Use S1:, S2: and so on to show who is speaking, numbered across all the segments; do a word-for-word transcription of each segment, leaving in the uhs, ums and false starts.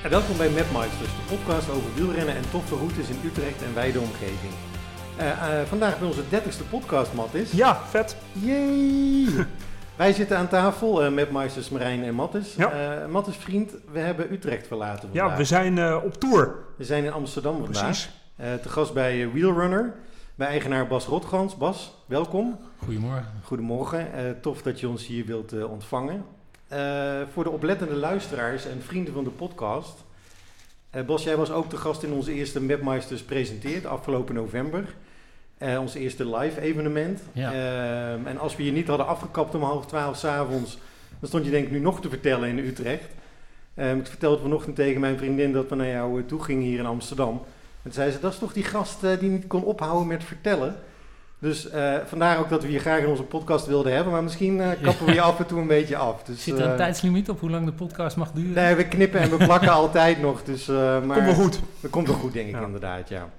S1: Welkom bij Mapmeisters, de podcast over wielrennen en toffe routes in Utrecht en wijde omgeving. Uh, uh, vandaag bij onze dertigste podcast, Mattis.
S2: Ja, vet.
S1: Yay! Wij zitten aan tafel, uh, Mapmeisters Marijn en Mattis.
S2: Ja.
S1: Uh, Mattis, vriend, we hebben Utrecht verlaten vandaag.
S2: Ja, we zijn uh, op tour.
S1: We zijn in Amsterdam vandaag.
S2: Precies.
S1: Uh, te gast bij uh, Wheelrunner, bij eigenaar Bas Rotgans. Bas, welkom.
S3: Goedemorgen.
S1: Goedemorgen, uh, tof dat je ons hier wilt uh, ontvangen. Uh, voor de oplettende luisteraars en vrienden van de podcast. Uh, Bas, jij was ook te gast in onze eerste Mapmeisters presenteert afgelopen november. Uh, ons eerste live evenement.
S3: Ja.
S1: Uh, en als we je niet hadden afgekapt om half twaalf 's avonds, dan stond je denk ik nu nog te vertellen in Utrecht. Uh, ik vertelde vanochtend tegen mijn vriendin dat we naar jou toe gingen hier in Amsterdam. En toen zei ze, dat is toch die gast uh, die niet kon ophouden met vertellen. Dus uh, vandaar ook dat we je graag in onze podcast wilden hebben. Maar misschien uh, kappen we je af en toe een beetje af. Dus,
S3: Zit er een
S1: uh,
S3: tijdslimiet op hoe lang de podcast mag duren?
S1: Nee, we knippen en we plakken altijd nog. Dus, uh, maar
S2: Komt wel goed.
S1: Dat komt wel goed, denk ik ja. inderdaad, ja.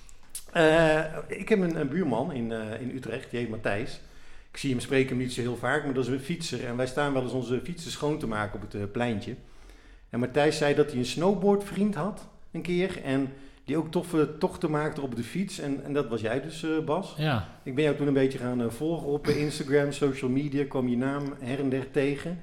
S1: Uh, ik heb een, een buurman in, uh, in Utrecht, die heet Matthijs. Ik zie hem spreken hem niet zo heel vaak, maar dat is een fietser. En wij staan wel eens onze fietsen schoon te maken op het uh, pleintje. En Matthijs zei dat hij een snowboardvriend had, een keer. En die ook toffe tochten maakte op de fiets. En, en dat was jij dus, uh, Bas.
S3: Ja.
S1: Ik ben jou toen een beetje gaan uh, volgen op uh, Instagram, social media. Kwam je naam her en der tegen.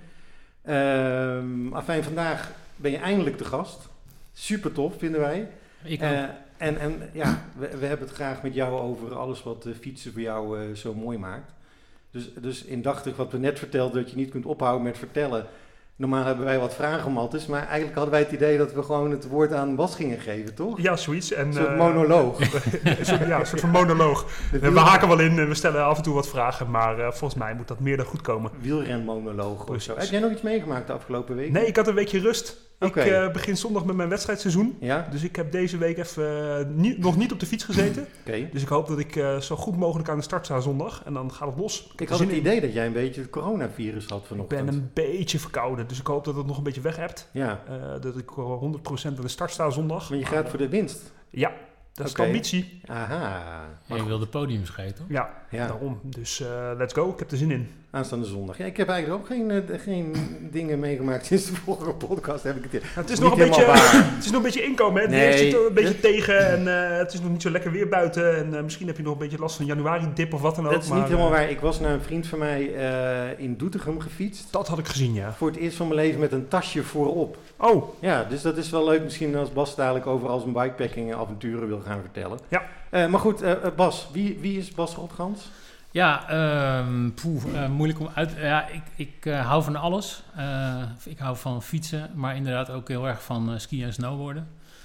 S1: Uh, afijn, vandaag ben je eindelijk de gast. Super tof, vinden wij.
S3: Ik ook.
S1: Uh, en, en ja, we, we hebben het graag met jou over alles wat uh, fietsen voor jou uh, zo mooi maakt. Dus, dus indachtig wat we net vertelden, dat je niet kunt ophouden met vertellen. Normaal hebben wij wat vragen, Mattis, maar eigenlijk hadden wij het idee dat we gewoon het woord aan Bas gingen geven, toch?
S2: Ja, zoiets. En,
S1: een soort
S2: uh,
S1: monoloog.
S2: een soort, ja, een soort van monoloog. We haken wel in en we stellen af en toe wat vragen, maar uh, volgens mij moet dat meer dan goed komen.
S1: Wielrenmonoloog of zo. Heb jij nog iets meegemaakt de afgelopen week?
S2: Nee, ik had een weekje rust.
S1: Okay.
S2: Ik uh, begin zondag met mijn wedstrijdseizoen.
S1: Ja?
S2: Dus ik heb deze week even uh, niet, nog niet op de fiets gezeten.
S1: Okay.
S2: Dus ik hoop dat ik uh, zo goed mogelijk aan de start sta zondag. En dan gaat het los.
S1: Ik, ik had het in. idee dat jij een beetje het coronavirus had vanochtend.
S2: Ik ben een beetje verkouden. Dus ik hoop dat het nog een beetje weg hebt.
S1: Ja.
S2: Uh, dat ik honderd procent aan de start sta zondag.
S1: Maar je gaat voor de winst?
S2: Ja. Dat is
S1: okay.
S2: de ambitie.
S1: Aha.
S3: Ja, je wil de podiums geven, toch?
S2: Ja, ja, daarom. Dus uh, let's go. Ik heb er zin in.
S1: Aanstaande zondag. Ja, ik heb eigenlijk ook geen, uh, geen dingen meegemaakt sinds de vorige podcast. Heb ik het,
S2: ja, het, is nog een beetje, het is nog een beetje inkomen. Hè? Het nee. zit er een beetje tegen. En uh, het is nog niet zo lekker weer buiten. En uh, misschien heb je nog een beetje last van januari-dip of wat dan ook.
S1: Dat is
S2: maar,
S1: niet helemaal
S2: uh,
S1: waar. Ik was naar een vriend van mij uh, in Doetinchem gefietst.
S2: Dat had ik gezien, ja.
S1: Voor het eerst van mijn leven met een tasje voorop.
S2: Oh.
S1: Ja, dus dat is wel leuk misschien als Bas dadelijk over al zijn bikepacking avonturen wil gaan vertellen.
S2: Ja.
S1: Uh, maar goed, uh, Bas, wie, wie is Bas Rotgans?
S3: Ja, um, poeh, uh, moeilijk om uit... Ja, ik, ik uh, hou van alles. Uh, ik hou van fietsen, maar inderdaad ook heel erg van uh, skiën en snowboarden.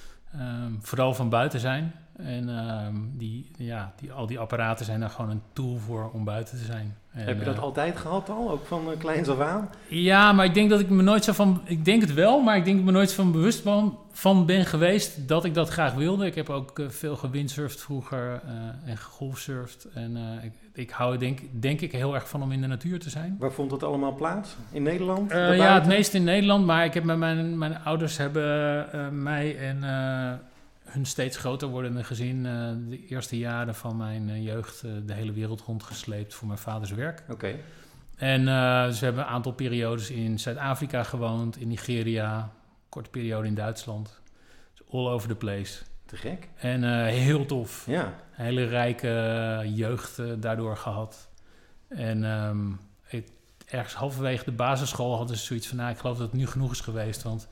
S3: Um, vooral van buiten zijn. En um, die, ja, die, al die apparaten zijn daar gewoon een tool voor om buiten te zijn. En,
S1: heb je dat
S3: uh,
S1: altijd gehad al, ook van uh, kleins af aan?
S3: Ja, maar ik denk dat ik me nooit zo van... Ik denk het wel, maar ik denk dat ik me nooit van bewust van, van ben geweest dat ik dat graag wilde. Ik heb ook uh, veel gewindsurfd vroeger uh, en gegolfsurfd. En uh, ik, ik hou er denk, denk ik heel erg van om in de natuur te zijn.
S1: Waar vond dat allemaal plaats? In Nederland?
S3: Uh, ja, het meest in Nederland. Maar ik heb met mijn, mijn ouders hebben uh, mij en... Uh, hun steeds groter wordende gezin uh, de eerste jaren van mijn uh, jeugd uh, de hele wereld rondgesleept voor mijn vaders werk.
S1: Oké. Okay.
S3: En uh, dus we hebben een aantal periodes in Zuid-Afrika gewoond, in Nigeria, korte periode in Duitsland. Dus all over the place.
S1: Te gek.
S3: En uh, heel tof.
S1: Ja.
S3: Een hele rijke uh, jeugd uh, daardoor gehad. En um, ik, ergens halverwege de basisschool hadden ze zoiets van, nou, ik geloof dat het nu genoeg is geweest, want...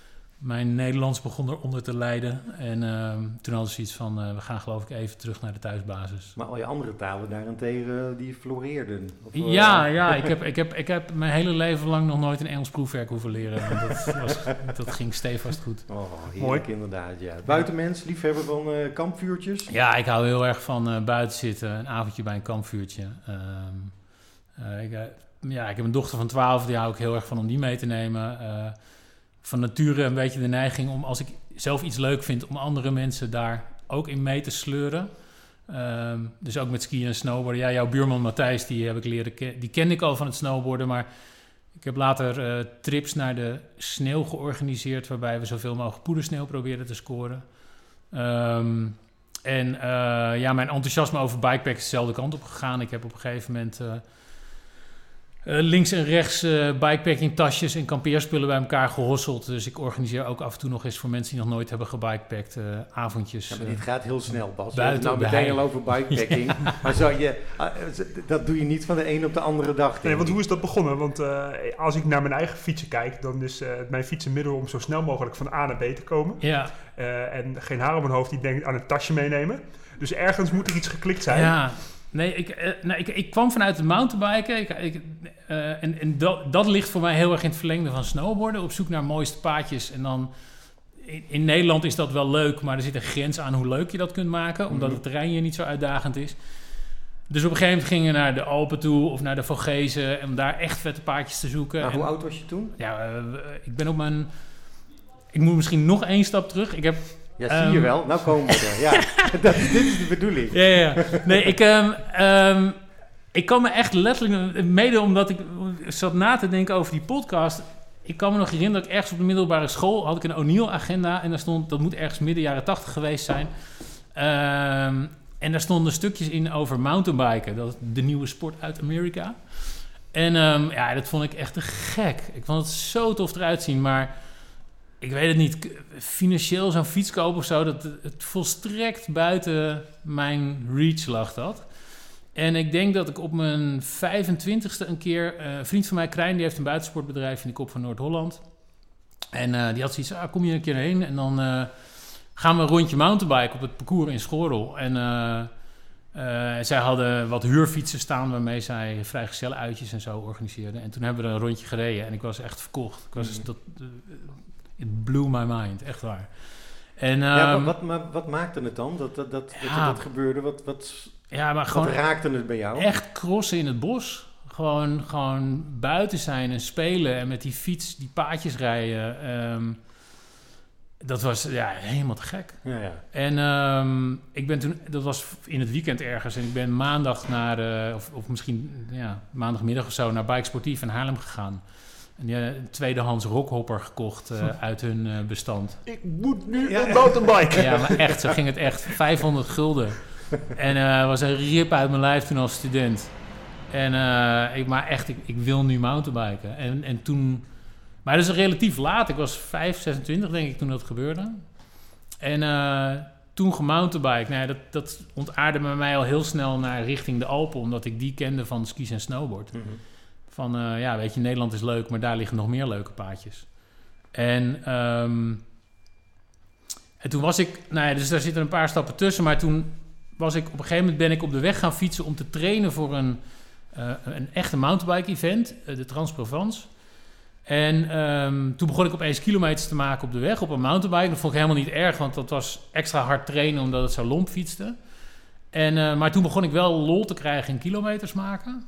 S3: Mijn Nederlands begon eronder te lijden. En uh, toen hadden ze iets van, uh, we gaan geloof ik even terug naar de thuisbasis.
S1: Maar al je andere talen daarentegen, die floreerden? Of, uh,
S3: ja, ja ik, heb, ik, heb, ik heb mijn hele leven lang nog nooit een Engels proefwerk hoeven leren. Dat, was, dat ging stevast goed.
S1: Oh, heerlijk. Mooi. Inderdaad, ja. Buitenmens, liefhebber van uh, kampvuurtjes?
S3: Ja, ik hou heel erg van uh, buiten zitten. Een avondje bij een kampvuurtje. Uh, uh, ik, uh, ja, ik heb een dochter van twaalf, die hou ik heel erg van om die mee te nemen. Uh, Van nature een beetje de neiging om, als ik zelf iets leuk vind, om andere mensen daar ook in mee te sleuren. Um, dus ook met skiën en snowboarden. Ja, jouw buurman Matthijs, die heb ik leren ken- die kende ik al van het snowboarden, maar ik heb later uh, trips naar de sneeuw georganiseerd, waarbij we zoveel mogelijk poedersneeuw probeerden te scoren. Um, en uh, ja, mijn enthousiasme over bikepacken is dezelfde kant op gegaan. Ik heb op een gegeven moment... Uh, Uh, links en rechts uh, bikepacking tasjes en kampeerspullen bij elkaar gehosseld. Dus ik organiseer ook af en toe nog eens voor mensen die nog nooit hebben gebikepackt uh, avondjes.
S1: Ja, maar dit gaat heel snel, Bas.
S3: Buiten
S1: we hebben het nou meteen al over bikepacking. Ja. Maar zou je, uh, dat doe je niet van de een op de andere dag.
S2: Nee, want hoe is dat begonnen? Want uh, als ik naar mijn eigen fietsen kijk, dan is uh, mijn fiets een middel om zo snel mogelijk van A naar B te komen.
S3: Ja.
S2: Uh, en geen haar op mijn hoofd die denkt aan een tasje meenemen. Dus ergens moet er iets geklikt zijn.
S3: Ja. Nee, ik, uh, nou, ik, ik kwam vanuit het mountainbiken. Ik, ik, uh, en en dat, dat ligt voor mij heel erg in het verlengde van snowboarden. Op zoek naar mooiste paadjes. En dan... In, in Nederland is dat wel leuk, maar er zit een grens aan hoe leuk je dat kunt maken. Omdat het terrein hier niet zo uitdagend is. Dus op een gegeven moment gingen we naar de Alpen toe of naar de Vogezen. Om daar echt vette paadjes te zoeken.
S1: Nou,
S3: en,
S1: hoe oud was je toen?
S3: Ja, uh, ik ben op mijn... Ik moet misschien nog één stap terug. Ik heb...
S1: Ja, zie je um, wel. Nou komen we er. Ja, dat, dit is de bedoeling.
S3: Ja, ja. Nee, ik, um, um, ik kan me echt letterlijk... Mede omdat ik zat na te denken over die podcast. Ik kan me nog herinneren dat ik ergens op de middelbare school... had ik een O'Neill-agenda. En daar stond... Dat moet ergens midden jaren tachtig geweest zijn. Um, en daar stonden stukjes in over mountainbiken. Dat is de nieuwe sport uit Amerika. En um, ja, dat vond ik echt te gek. Ik vond het zo tof eruit zien, maar... Ik weet het niet, financieel zo'n fiets kopen of zo, dat het volstrekt buiten mijn reach lag dat. En ik denk dat ik op mijn vijfentwintigste een keer, uh, een vriend van mij, Krijn, die heeft een buitensportbedrijf in de kop van Noord-Holland. En uh, die had zoiets, ah, kom je een keer heen en dan uh, gaan we een rondje mountainbiken op het parcours in Schorrel. En uh, uh, zij hadden wat huurfietsen staan waarmee zij vrijgezellenuitjes en zo organiseerden. En toen hebben we er een rondje gereden en ik was echt verkocht. Ik was mm. dat... Uh, It blew my mind, echt waar. En, um,
S1: ja, wat, wat, wat maakte het dan, dat dat, dat, ja, dat, dat gebeurde? Wat, wat,
S3: ja, maar gewoon
S1: wat raakte het bij jou?
S3: Echt crossen in het bos. Gewoon, gewoon buiten zijn en spelen en met die fiets die paadjes rijden. Um, dat was ja, helemaal te gek.
S1: Ja, ja.
S3: En um, ik ben toen, dat was in het weekend ergens, en ik ben maandag naar, uh, of, of misschien ja, maandagmiddag of zo, naar Bike Sportief in Haarlem gegaan. En die een tweedehands rockhopper gekocht uh, uit hun uh, bestand.
S2: Ik moet nu ja, een mountainbike.
S3: Ja, maar echt, zo ging het echt. vijfhonderd gulden. En uh, was een rip uit mijn lijf toen als student. En uh, ik, maar echt, ik, ik wil nu mountainbiken. En, en toen... Maar dat is relatief laat. Ik was vijf, zesentwintig denk ik toen dat gebeurde. En uh, toen gemountainbike. Nou ja, dat, dat ontaarde bij mij al heel snel naar richting de Alpen. Omdat ik die kende van skis en snowboard. Mm-hmm. Van, uh, ja, weet je, Nederland is leuk, maar daar liggen nog meer leuke paadjes. En, um, en toen was ik, nou ja, dus daar zitten een paar stappen tussen, maar toen was ik, op een gegeven moment ben ik op de weg gaan fietsen om te trainen voor een, uh, een echte mountainbike-event, uh, de Trans-Provence. En um, toen begon ik opeens kilometers te maken op de weg, op een mountainbike. Dat vond ik helemaal niet erg, want dat was extra hard trainen omdat het zo lomp fietste. En, uh, maar toen begon ik wel lol te krijgen in kilometers maken.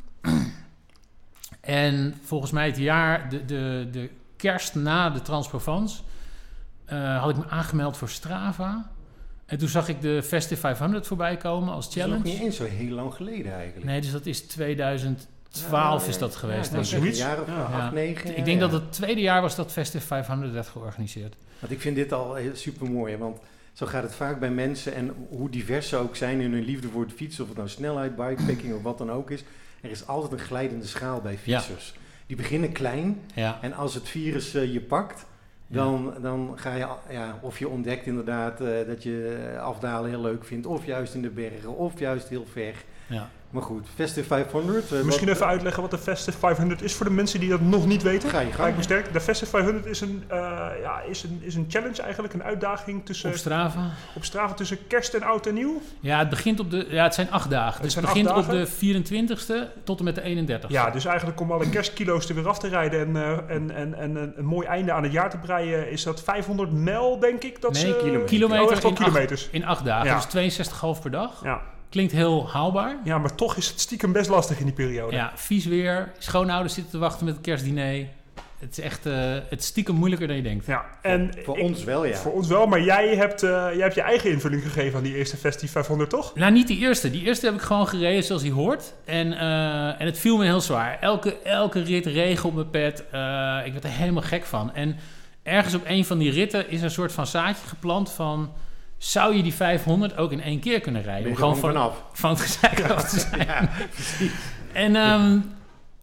S3: En volgens mij het jaar, de, de, de kerst na de Trans-Provence, uh, had ik me aangemeld voor Strava. En toen zag ik de Festive vijfhonderd voorbij komen als challenge.
S1: Dat is nog niet eens zo heel lang geleden eigenlijk.
S3: Nee, dus dat is twintig twaalf ja, is dat geweest.
S1: Ja, dat
S3: denk ik.
S1: Een jaar of ja. acht, negen.
S3: Ik denk ja. dat het tweede jaar was dat Festive vijfhonderd werd georganiseerd.
S1: Want ik vind dit al super mooi, want zo gaat het vaak bij mensen. En hoe divers ze ook zijn in hun liefde voor het fietsen, of het nou snelheid, bikepacking of wat dan ook is. Er is altijd een glijdende schaal bij fietsers. Ja. Die beginnen klein ja. en als het virus uh, je pakt, dan, ja. dan ga je, ja, of je ontdekt inderdaad uh, dat je afdalen heel leuk vindt, of juist in de bergen, of juist heel ver. Ja. Maar goed, Festive vijfhonderd. Uh,
S2: Misschien wat, even uitleggen wat de Festive vijfhonderd is voor de mensen die dat nog niet weten.
S1: Ga je gang.
S2: Ga ik me sterk. De Festive vijfhonderd is een, uh, ja, is, een, is een challenge eigenlijk, een uitdaging tussen...
S3: Op Strava.
S2: Op Strava tussen kerst en oud en nieuw.
S3: Ja, het begint op de... Ja, het zijn acht dagen. Het dus het begint op de vierentwintigste tot en met de eenendertigste.
S2: Ja, dus eigenlijk om alle kerstkilo's er weer af te rijden en, uh, en, en, en een, een mooi einde aan het jaar te breien, is dat vijfhonderd mijl, denk ik. Dat
S3: nee,
S2: ze,
S3: kilometer. kilometer,
S2: oh, echt wel
S3: in,
S2: kilometers.
S3: Acht, in acht dagen. Ja. Dus tweeënzestig komma vijf per dag.
S2: Ja.
S3: Klinkt heel haalbaar.
S2: Ja, maar toch is het stiekem best lastig in die periode.
S3: Ja, vies weer. Schoonouders zitten te wachten met het kerstdiner. Het is echt uh, het is stiekem moeilijker dan je denkt.
S2: Ja, en
S1: voor voor
S2: ik,
S1: ons wel, ja.
S2: Voor ons wel, maar jij hebt, uh, jij hebt je eigen invulling gegeven aan die eerste Festive vijfhonderd, toch?
S3: Nou, niet die eerste. Die eerste heb ik gewoon gereden zoals die hoort. En, uh, en het viel me heel zwaar. Elke, elke rit regen op mijn pet. Uh, ik werd er helemaal gek van. En ergens op een van die ritten is een soort van zaadje geplant van... Zou je die vijfhonderd ook in één keer kunnen rijden?
S1: Om gewoon van, vanaf.
S3: van het gezeik af te zijn. Ja, en, um,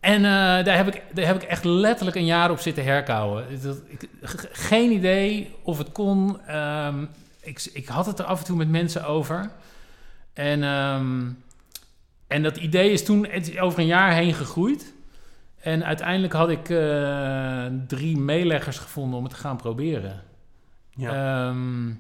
S3: En uh, daar, heb ik, daar heb ik echt letterlijk een jaar op zitten herkauwen. Dat, ik, g- geen idee of het kon. Um, ik, ik had het er af en toe met mensen over. En, um, en dat idee is toen het is over een jaar heen gegroeid. En uiteindelijk had ik uh, drie meeleggers gevonden om het te gaan proberen. Ja. Um,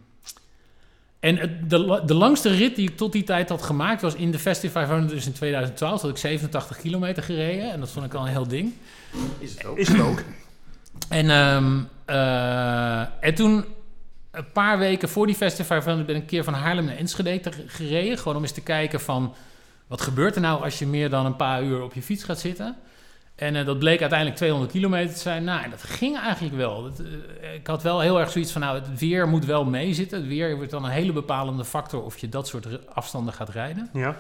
S3: en het, de, de langste rit die ik tot die tijd had gemaakt was in de Festive vijfhonderd. Dus in tweeduizend twaalf had ik zevenentachtig kilometer gereden. En dat vond ik al een heel ding.
S1: Is het ook.
S2: Is het ook.
S3: En, um, uh, en toen, een paar weken voor die Festive vijfhonderd... ben ik een keer van Haarlem naar Enschede gereden. Gewoon om eens te kijken van... wat gebeurt er nou als je meer dan een paar uur op je fiets gaat zitten... En uh, dat bleek uiteindelijk tweehonderd kilometer te zijn. Nou, dat ging eigenlijk wel. Dat, uh, ik had wel heel erg zoiets van, nou, het weer moet wel meezitten. Het weer wordt dan een hele bepalende factor of je dat soort afstanden gaat rijden.
S2: Ja.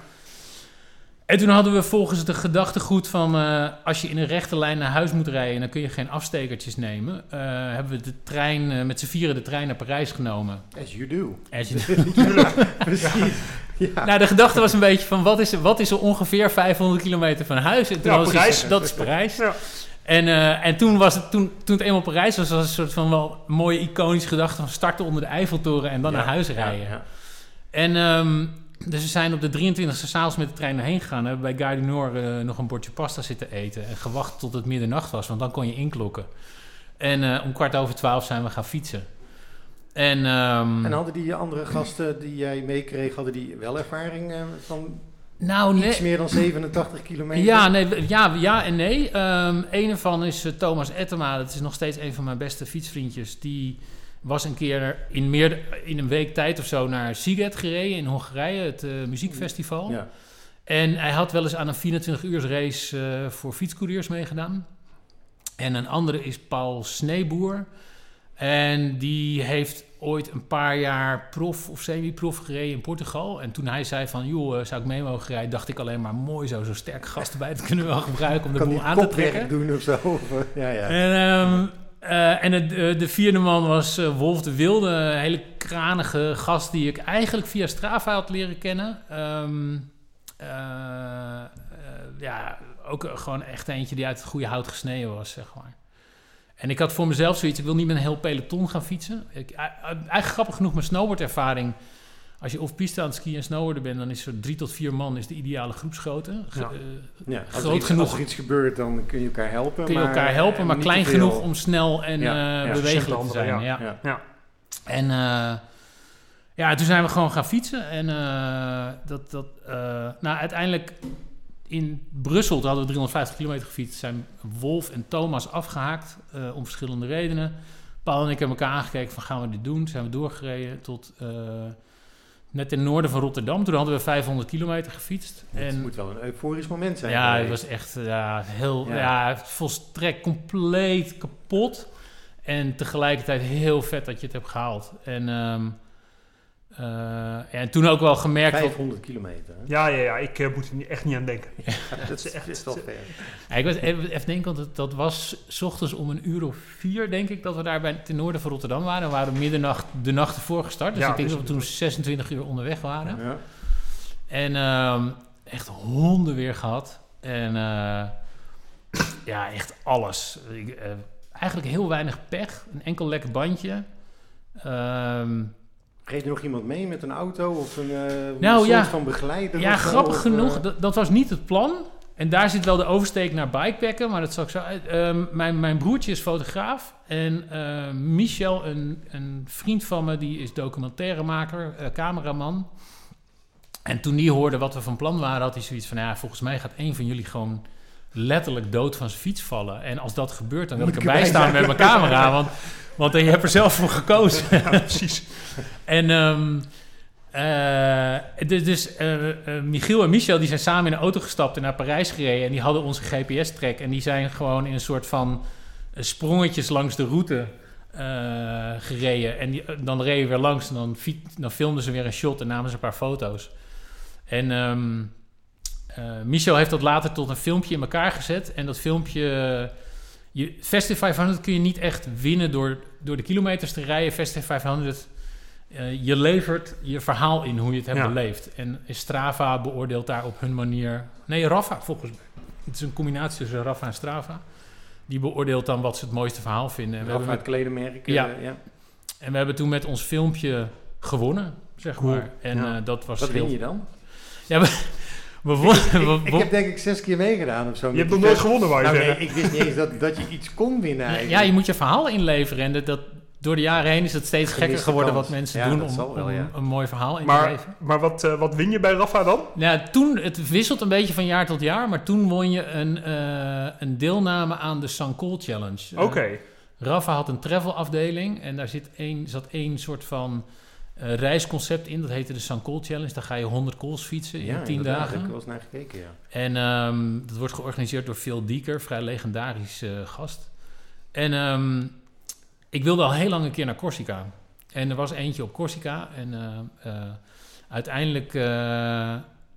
S3: En toen hadden we volgens de gedachtegoed van, uh, als je in een rechte lijn naar huis moet rijden, dan kun je geen afstekertjes nemen. Uh, hebben we de trein, uh, met z'n vieren de trein naar Parijs genomen.
S1: As you do.
S3: As you do. Precies. Ja. Nou, de gedachte was een beetje van, wat is er, wat is er ongeveer vijfhonderd kilometer van huis? En toen
S2: ja,
S3: was
S2: Parijs.
S3: Het, dat is Parijs.
S2: Ja.
S3: En, uh, en toen, was het, toen, toen het eenmaal Parijs was, was het een soort van wel mooie iconische gedachte van starten onder de Eiffeltoren en dan ja, naar huis rijden. Ja, ja. En um, dus we zijn op de drieëntwintigste 's avonds met de trein erheen gegaan. We hebben bij Gare du Nord uh, nog een bordje pasta zitten eten en gewacht tot het middernacht was, want dan kon je inklokken. En uh, om kwart over twaalf zijn we gaan fietsen. En, um,
S1: en hadden die andere gasten die jij meekreeg, hadden die wel ervaring uh, van
S3: nou,
S1: iets
S3: nee.
S1: meer dan zevenentachtig kilometer?
S3: Ja, nee, ja, ja en nee. Um, een ervan is uh, Thomas Ettema. Dat is nog steeds een van mijn beste fietsvriendjes. Die was een keer in, meer, in een week tijd of zo naar Sziget gereden in Hongarije, het uh, muziekfestival. Ja. En hij had wel eens aan een vierentwintig uurs race uh, voor fietscouriers meegedaan. En een andere is Paul Sneeboer. En die heeft ooit een paar jaar prof of semi-prof gereden in Portugal. En toen hij zei van, joh, zou ik mee mogen rijden, dacht ik alleen maar, mooi zo, zo'n sterke gasten bij. Dat kunnen we wel gebruiken om de boel aan te trekken.
S1: Doen of zo. Of, ja, ja.
S3: En, um, uh, en het, uh, de vierde man was uh, Wolf de Wilde, een hele kranige gast die ik eigenlijk via Strava had leren kennen. Um, uh, uh, ja, ook uh, gewoon echt eentje die uit het goede hout gesneden was, zeg maar. En ik had voor mezelf zoiets, ik wil niet met een heel peloton gaan fietsen. Ik, eigenlijk grappig genoeg, mijn snowboardervaring. Als je off-piste aan het skiën en snowboarden bent, dan is er drie tot vier man is de ideale groepsgrootte.
S1: Ja. Uh, ja, als,
S3: groot
S1: er iets,
S3: genoeg,
S1: als er iets gebeurt, dan kun je elkaar helpen.
S3: Kun je
S1: maar,
S3: elkaar helpen, maar klein genoeg om snel en ja, uh, ja, bewegelijk te zijn. Ja. Ja.
S2: Ja. Ja.
S3: En uh, ja, toen zijn we gewoon gaan fietsen. En uh, dat, dat, uh, nou, uiteindelijk in Brussel, toen hadden we driehonderdvijftig kilometer gefietst, zijn Wolf en Thomas afgehaakt uh, om verschillende redenen. Paul en ik hebben elkaar aangekeken van, gaan we dit doen? Zijn we doorgereden tot uh, net ten noorden van Rotterdam. Toen hadden we vijfhonderd kilometer gefietst.
S1: Het
S3: en,
S1: moet wel een euforisch moment zijn.
S3: Ja, het was echt ja, heel, ja. Ja, volstrekt compleet kapot. En tegelijkertijd heel vet dat je het hebt gehaald. En um, Uh, ja, en toen ook wel gemerkt...
S1: vijfhonderd kilometer. Hè?
S2: Ja, ja, ja, ik uh, moet er echt niet aan denken.
S1: Ja, dat is echt is wel ver.
S3: Ja, ik was even, even denken, want het, dat was 's ochtends om een uur of vier, denk ik, dat we daar bij, ten noorden van Rotterdam waren. We waren middernacht de nacht ervoor gestart. Dus ja, ik denk dus dat we toen zesentwintig uur onderweg waren. Ja. En um, echt honden weer gehad. En uh, ja, echt alles. Ik, uh, eigenlijk heel weinig pech. Een enkel lek bandje. Um,
S1: Reed er nog iemand mee met een auto of een, uh,
S3: nou,
S1: een
S3: ja,
S1: soort van begeleider?
S3: Ja,
S1: of
S3: grappig
S1: of,
S3: genoeg.
S1: Uh...
S3: Dat, dat was niet het plan. En daar zit wel de oversteek naar bikepacken, maar dat zal ik zo uit. Uh, mijn, mijn broertje is fotograaf. En uh, Michel, een, een vriend van me, die is documentairemaker, uh, cameraman. En toen die hoorde wat we van plan waren, had hij zoiets van, ja, volgens mij gaat één van jullie gewoon letterlijk dood van zijn fiets vallen. En als dat gebeurt, dan wil Moet ik erbij staan zijn. Met mijn camera, want, want je hebt er zelf voor gekozen.
S2: Ja, precies.
S3: En um, uh, dus, dus uh, uh, Michiel en Michel, die zijn samen in een auto gestapt en naar Parijs gereden. En die hadden onze G P S-track. En die zijn gewoon in een soort van uh, sprongetjes langs de route uh, gereden. En die, uh, dan reden we weer langs en dan, fiet, dan filmden ze weer een shot en namen ze een paar foto's. En um, uh, Michel heeft dat later tot een filmpje in elkaar gezet. En dat filmpje... Je, Festive vijfhonderd kun je niet echt winnen door, door de kilometers te rijden. Festive vijfhonderd, uh, je levert je verhaal in hoe je het hebt ja. beleefd. En Strava beoordeelt daar op hun manier... Nee, Rafa volgens mij. het is een combinatie tussen Rapha en Strava. Die beoordeelt dan wat ze het mooiste verhaal vinden. En we
S1: Rapha,
S3: hebben
S1: het kledenmerk.
S3: Ja.
S1: Uh, ja.
S3: En we hebben toen met ons filmpje gewonnen, zeg
S2: Cool.
S3: maar. En
S1: Ja.
S3: uh, dat was
S1: Wat
S3: heel...
S1: win je dan?
S3: Ja, we, we wonnen...
S1: Ik,
S3: we-
S1: ik
S3: we-
S1: heb denk ik zes keer meegedaan of zo.
S2: Je hebt nog nooit gewonnen, wou je
S1: Nou,
S2: zeggen.
S1: nee, ik wist niet eens dat, dat je iets kon winnen eigenlijk.
S3: ja, je moet je verhaal inleveren. En dat, dat, door de jaren heen is het steeds gekker
S1: Gemiste
S3: geworden
S1: kans.
S3: wat mensen
S1: Ja,
S3: doen
S1: dat
S3: om,
S1: zal wel,
S3: om
S1: ja.
S3: een mooi verhaal in te
S2: Maar,
S3: leveren.
S2: maar wat, uh, wat win je bij Rapha dan?
S3: Nou, toen, het wisselt een beetje van jaar tot jaar, maar toen won je een, uh, een deelname aan de Sankol Challenge.
S2: Oké.
S3: Uh, Rapha had een travel afdeling en daar zit één, zat één soort van uh, reisconcept in. Dat heette de Sankol Challenge. Daar ga je honderd calls fietsen in
S1: Ja,
S3: tien
S1: inderdaad,
S3: dagen.
S1: daar heb ik wel eens naar gekeken, ja.
S3: En um, dat wordt georganiseerd door Phil Dieker, vrij legendarisch uh, gast. En um, ik wilde al heel lang een keer naar Corsica. En er was eentje op Corsica. En uh, uh, uiteindelijk uh, uh,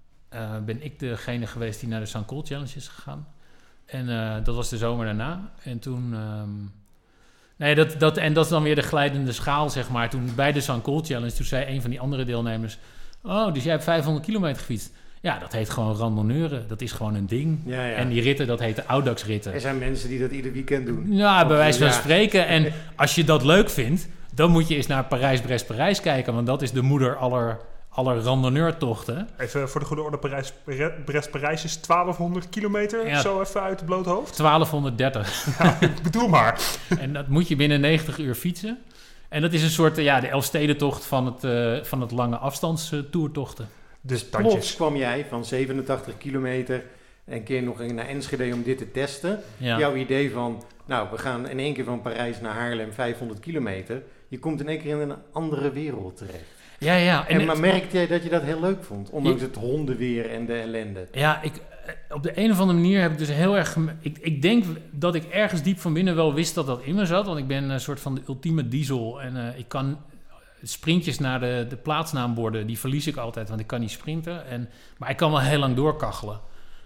S3: ben ik degene geweest die naar de Sankol Challenge is gegaan. En uh, dat was de zomer daarna. En toen... Um, nee, dat, dat, en dat is dan weer de glijdende schaal, zeg maar. Toen bij de Sankol Challenge, toen zei een van die andere deelnemers... Oh, dus jij hebt vijfhonderd kilometer gefietst. Ja, dat heet gewoon randonneuren. Dat is gewoon een ding.
S1: Ja, ja.
S3: En die ritten, dat heet de Audax-ritten.
S1: Er zijn mensen die dat ieder weekend doen.
S3: Ja, bij wijze van
S1: Ja.
S3: spreken. En als je dat leuk vindt, dan moet je eens naar Parijs-Brest-Parijs kijken. Want dat is de moeder aller, aller randonneurtochten.
S2: Even voor de goede orde, Parijs, Brest-Parijs is twaalfhonderd kilometer,
S3: Ja.
S2: zo even uit het blote hoofd.
S3: twaalfhonderddertig.
S2: Ja, ik bedoel maar.
S3: En dat moet je binnen negentig uur fietsen. En dat is een soort, ja, de Elfstedentocht van het, uh, van het lange afstandstoertochten.
S2: Dus
S1: Plots
S2: tandjes.
S1: kwam jij van zevenentachtig kilometer een keer nog naar Enschede om dit te testen.
S3: Ja.
S1: Jouw idee van, nou, we gaan in één keer van Parijs naar Haarlem vijfhonderd kilometer. Je komt in één keer in een andere wereld terecht.
S3: Ja, ja.
S1: En,
S3: En
S1: maar
S3: het-
S1: merkte jij dat je dat heel leuk vond? Ondanks het hondenweer en de ellende.
S3: Ja, ik, op de een of andere manier heb ik dus heel erg... gem- Ik, ik denk dat ik ergens diep van binnen wel wist dat dat in me zat. Want ik ben een soort van de ultieme diesel. En uh, ik kan sprintjes naar de, de plaatsnaamborden, die verlies ik altijd, want ik kan niet sprinten. En, maar ik kan wel heel lang doorkachelen.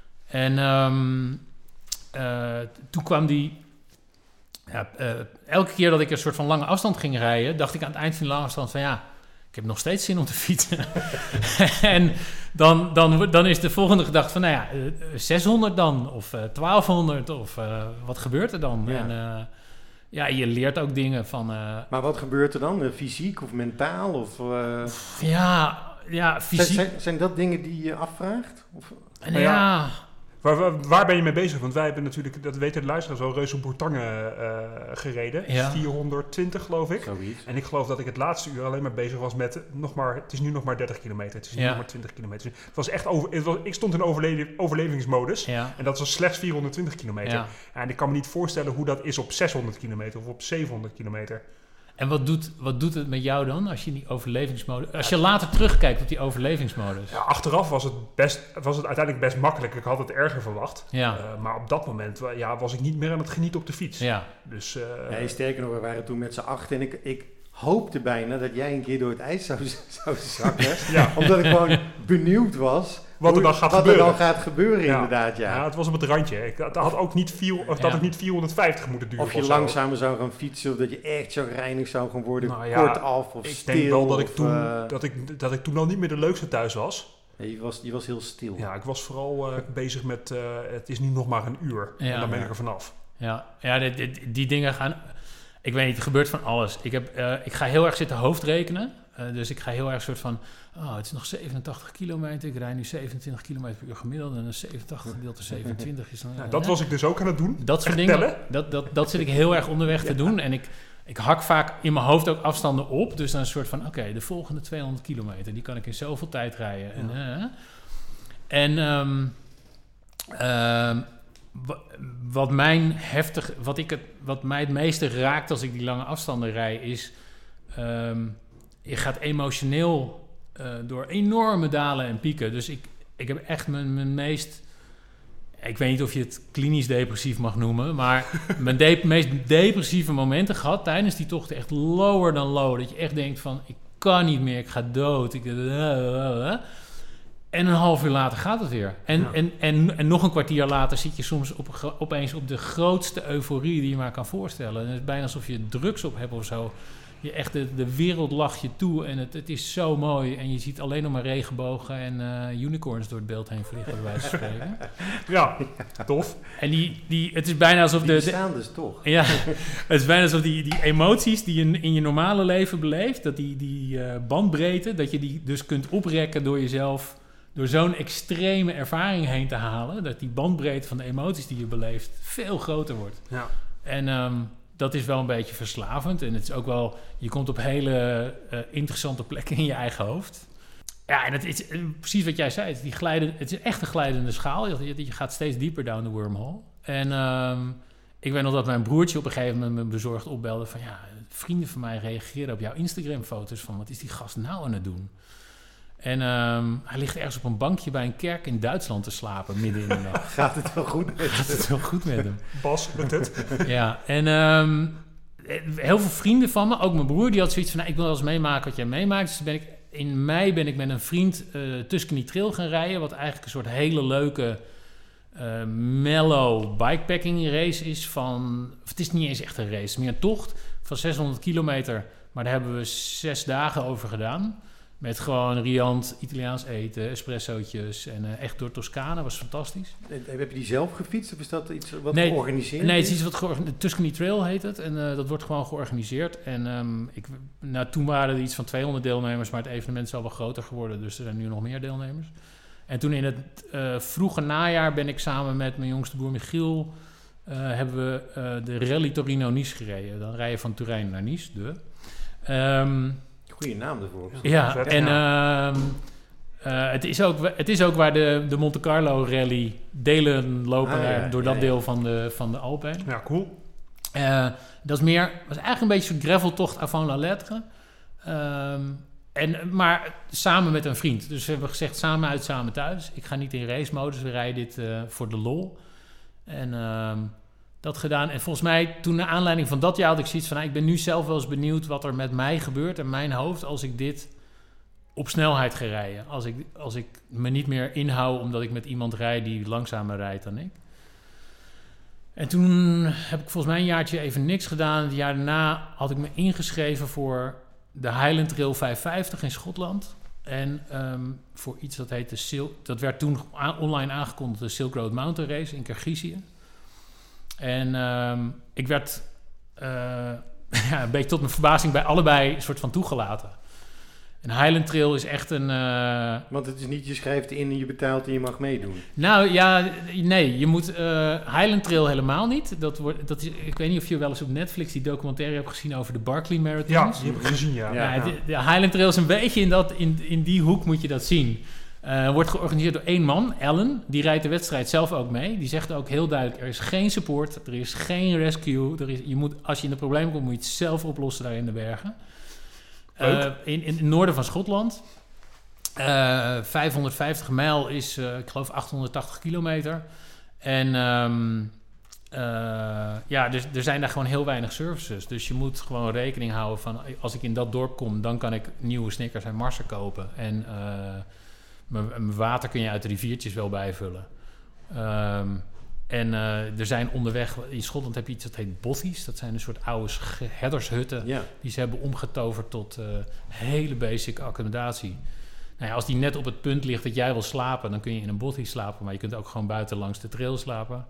S3: En um, uh, toen kwam die... Ja, uh, elke keer dat ik een soort van lange afstand ging rijden, dacht ik aan het eind van de lange afstand van ja... Ik heb nog steeds zin om te fietsen. En dan, dan, dan is de volgende gedachte van, nou ja, uh, zeshonderd dan, of uh, twaalfhonderd, of uh, wat gebeurt er dan?
S1: Ja.
S3: En uh, ja, je leert ook dingen van... Uh,
S1: Maar wat gebeurt er dan? Uh, fysiek of mentaal? Of, uh...
S3: ja, ja, fysiek.
S1: zijn, zijn, zijn dat dingen die je afvraagt? Of?
S3: En
S2: Maar
S3: ja,
S2: ja, Waar, waar, waar ben je mee bezig? Want wij hebben natuurlijk, dat weten de luisteraars wel, Reuzenboertangen uh, gereden.
S3: Ja.
S1: vierhonderdtwintig
S2: geloof ik.
S1: Zoiets.
S2: En ik geloof dat ik het laatste uur alleen maar bezig was met, nog maar, het is nu nog maar dertig kilometer. Het is nu
S3: Ja.
S2: nog maar twintig kilometer. Het was echt over, het was, ik stond in overle- overlevingsmodus.
S3: ja,
S2: En dat was slechts vierhonderdtwintig kilometer.
S3: ja.
S2: En ik kan me niet voorstellen hoe dat is op zeshonderd kilometer of op zevenhonderd kilometer.
S3: En wat doet, wat doet het met jou dan, als je in die overlevingsmodus... Als je later terugkijkt op die overlevingsmodus?
S2: Ja, achteraf was het, best, was het uiteindelijk best makkelijk. Ik had het erger verwacht.
S3: Ja,
S2: Uh, maar op dat moment uh, ja, was ik niet meer aan het genieten op de fiets.
S3: ja.
S2: Dus, uh,
S1: Nee, sterker nog, we waren toen met z'n acht en ik, ik hoopte bijna dat jij een keer door het ijs zou, zou zakken.
S2: ja.
S1: Omdat ik gewoon benieuwd was
S2: Wat er
S1: hoe-
S2: dan gaat
S1: wat
S2: gebeuren.
S1: er dan gaat gebeuren,
S2: Ja.
S1: inderdaad, ja.
S2: Ja, het was op het randje. Ik, dat had ook niet, vier, dat
S3: Ja.
S2: had niet vierhonderdvijftig moeten duren.
S1: Of je
S2: zo.
S1: langzamer zou gaan fietsen, of dat je echt chagrijnig zou gaan worden,
S2: Nou ja,
S1: kortaf of
S2: Ik
S1: stil.
S2: denk wel dat ik,
S1: of,
S2: toen,
S1: eh,
S2: dat, ik, dat ik toen al niet meer de leukste thuis was.
S1: nee, je, was, je was heel stil.
S2: Ja, ik was vooral uh, bezig met, uh, het is nu nog maar een uur.
S3: Ja.
S2: en dan ben
S1: Ja.
S2: ik er vanaf.
S3: Ja, ja die, die, die dingen gaan... Ik weet niet, er gebeurt van alles. Ik, heb, uh, ik ga heel erg zitten hoofdrekenen. Uh, dus ik ga heel erg soort van... Oh, het is nog zevenentachtig kilometer. Ik rijd nu zevenentwintig kilometer per uur gemiddeld. En een zevenentachtig gedeeld door zevenentwintig is dan...
S2: Nou,
S3: uh,
S2: dat
S3: hè?
S2: was ik dus ook aan het doen.
S3: Dat soort
S2: Echt
S3: dingen,
S2: tellen?
S3: dat, dat, dat zit ik heel erg onderweg te doen. En ik, ik hak vaak in mijn hoofd ook afstanden op. Dus dan een soort van, oké, okay, de volgende tweehonderd kilometer... die kan ik in zoveel tijd rijden. En, uh, en um, um, wat, mijn heftig, wat, ik het, wat mij het meeste raakt als ik die lange afstanden rij... is, um, je gaat emotioneel uh, door enorme dalen en pieken. Dus ik, ik heb echt mijn, mijn meest... Ik weet niet of je het klinisch depressief mag noemen... maar mijn de- meest depressieve momenten gehad tijdens die tochten... echt lower dan low. Dat je echt denkt van, ik kan niet meer, ik ga dood. Ik, en een half uur later gaat het weer. En,
S2: Ja.
S3: en, en, en nog een kwartier later zit je soms op, opeens op de grootste euforie... die je maar kan voorstellen. En het is bijna alsof je drugs op hebt of zo. je echt de, de wereld lacht je toe en het, het is zo mooi. En je ziet alleen nog maar regenbogen en uh, unicorns door het beeld heen vliegen, bij wijze van spreken.
S2: Ja, tof.
S3: En die, die, het is bijna alsof
S1: die
S3: de...
S1: bestaan dus toch.
S3: Ja, het is bijna alsof die, die emoties die je in je normale leven beleeft, dat die, die uh, bandbreedte, dat je die dus kunt oprekken door jezelf, door zo'n extreme ervaring heen te halen, dat die bandbreedte van de emoties die je beleeft veel groter wordt.
S2: Ja.
S3: En um, dat is wel een beetje verslavend. En het is ook wel, je komt op hele uh, interessante plekken in je eigen hoofd. Ja, en het is uh, precies wat jij zei. Het is, die glijden, het is echt een glijdende schaal. Je, je gaat steeds dieper down the wormhole. En um, ik weet nog dat mijn broertje op een gegeven moment me bezorgd opbelde van ja, vrienden van mij reageerden op jouw Instagram-foto's van wat is die gast nou aan het doen? En um, hij ligt ergens op een bankje bij een kerk in Duitsland te slapen, midden in de nacht.
S1: Gaat het wel goed met hem?
S3: Gaat het wel goed met hem?
S2: Bas, lukt het?
S3: Ja, en um, heel veel vrienden van me, ook mijn broer, die had zoiets van, nou, ik wil wel eens meemaken wat jij meemaakt. Dus ben ik, in mei ben ik met een vriend uh, Tuscany Trail gaan rijden, wat eigenlijk een soort hele leuke, uh, mellow bikepacking race is van, of het is niet eens echt een race, meer een tocht van zeshonderd kilometer, maar daar hebben we zes dagen over gedaan. Met gewoon riant Italiaans eten, espressootjes en uh, echt door Toscane, was fantastisch.
S1: En, heb je die zelf gefietst of is dat iets wat
S3: nee,
S1: georganiseerd
S3: Nee,
S1: is?
S3: het is iets wat georganiseerd. Tuscany Trail heet het en uh, dat wordt gewoon georganiseerd. En um, ik, nou, toen waren er iets van tweehonderd deelnemers, maar het evenement is al wel groter geworden, dus er zijn nu nog meer deelnemers. En toen in het uh, vroege najaar ben ik samen met mijn jongste broer Michiel, uh, hebben we uh, de Rally Torino-Nice gereden. Dan rij je van Turijn naar Nice, de. Um,
S1: Goeie naam ervoor.
S3: Ja, en uh, uh, het, is ook, het is ook waar de, de Monte Carlo Rally delen lopen ah, ja, door dat ja, ja. deel van de, van de Alpen.
S2: Ja, cool.
S3: Uh, dat is meer, was eigenlijk een beetje een graveltocht avant la lettre. Um, en, maar samen met een vriend. Dus we hebben gezegd, samen uit, samen thuis. Ik ga niet in race modus, we rijden dit uh, voor de lol. En uh, dat gedaan. En volgens mij, toen naar aanleiding van dat jaar had ik zoiets van, nou, ik ben nu zelf wel eens benieuwd wat er met mij gebeurt en mijn hoofd als ik dit op snelheid ga rijden. Als ik, als ik me niet meer inhoud omdat ik met iemand rijd die langzamer rijdt dan ik. En toen heb ik volgens mij een jaartje even niks gedaan. Het jaar daarna had ik me ingeschreven voor de Highland Trail vijfhonderdvijftig in Schotland. En um, voor iets dat heette Sil- dat werd toen a- online aangekondigd, de Silk Road Mountain Race in Kirgizië. En um, ik werd uh, ja, een beetje tot mijn verbazing bij allebei een soort van toegelaten. En Highland Trail is echt een... Uh,
S1: Want het is niet, je schrijft in en je betaalt en je mag meedoen.
S3: Nou ja, nee, je moet... Uh, Highland Trail helemaal niet. Dat wordt, dat is, ik weet niet of je wel eens op Netflix die documentaire hebt gezien over de Barkley Marathons.
S2: Ja, die heb ik gezien, ja.
S3: ja,
S2: ja.
S3: De, de Highland Trail is een beetje in, dat, in, in die hoek moet je dat zien. Uh, wordt georganiseerd door één man, Alan. Die rijdt de wedstrijd zelf ook mee. Die zegt ook heel duidelijk, er is geen support, er is geen rescue. Er is, je moet, als je in de problemen komt, moet je het zelf oplossen daar in de bergen. Uh, in, in het noorden van Schotland. Uh, vijfhonderdvijftig mijl is, uh, ik geloof, achthonderdtachtig kilometer. En um, uh, ja, dus er zijn daar gewoon heel weinig services. Dus je moet gewoon rekening houden van, als ik in dat dorp kom, dan kan ik nieuwe Snickers en Marsen kopen. En uh, mijn water kun je uit de riviertjes wel bijvullen. Um, En uh, er zijn onderweg, in Schotland heb je iets dat heet bothies. Dat zijn een soort oude herdershutten ja. die ze hebben omgetoverd tot uh, hele basic accommodatie. Nou ja, als die net op het punt ligt dat jij wil slapen, dan kun je in een bothy slapen. Maar je kunt ook gewoon buiten langs de trail slapen.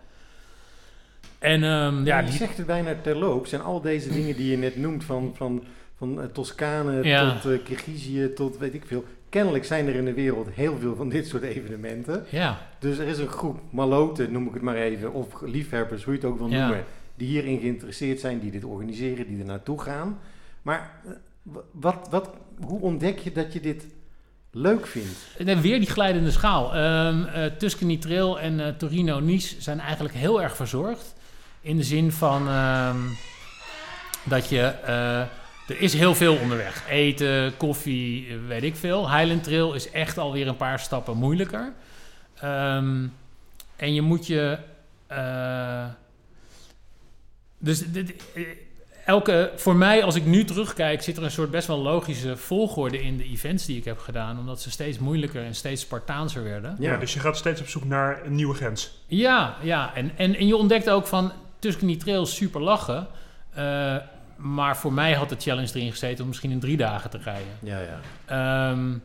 S3: En um, ja,
S1: je
S3: die...
S1: zegt het bijna terloops. En al deze dingen die je net noemt, van, van, van uh, Toscane
S3: ja.
S1: tot uh, Kirgizië tot weet ik veel. Kennelijk zijn er in de wereld heel veel van dit soort evenementen.
S3: Ja.
S1: Dus er is een groep maloten, noem ik het maar even, of liefhebbers, hoe je het ook wil noemen, ja. die hierin geïnteresseerd zijn, die dit organiseren, die er naartoe gaan. Maar wat, wat, hoe ontdek je dat je dit leuk vindt?
S3: En weer die glijdende schaal. Um, uh, Tuscany Trail en uh, Torino-Nice zijn eigenlijk heel erg verzorgd. In de zin van um, dat je... Uh, Er is heel veel onderweg. Eten, koffie, weet ik veel. Highland Trail is echt alweer een paar stappen moeilijker. Um, en je moet je... Uh, dus dit, elke, voor mij, als ik nu terugkijk, zit er een soort best wel logische volgorde in de events die ik heb gedaan. Omdat ze steeds moeilijker en steeds Spartaanser werden.
S2: Ja, dus je gaat steeds op zoek naar een nieuwe grens.
S3: Ja, ja. En, en, en je ontdekt ook van Tuscany Trail super lachen. Uh, maar voor mij had de challenge erin gezeten om misschien in drie dagen te rijden.
S1: Ja, ja.
S3: Um,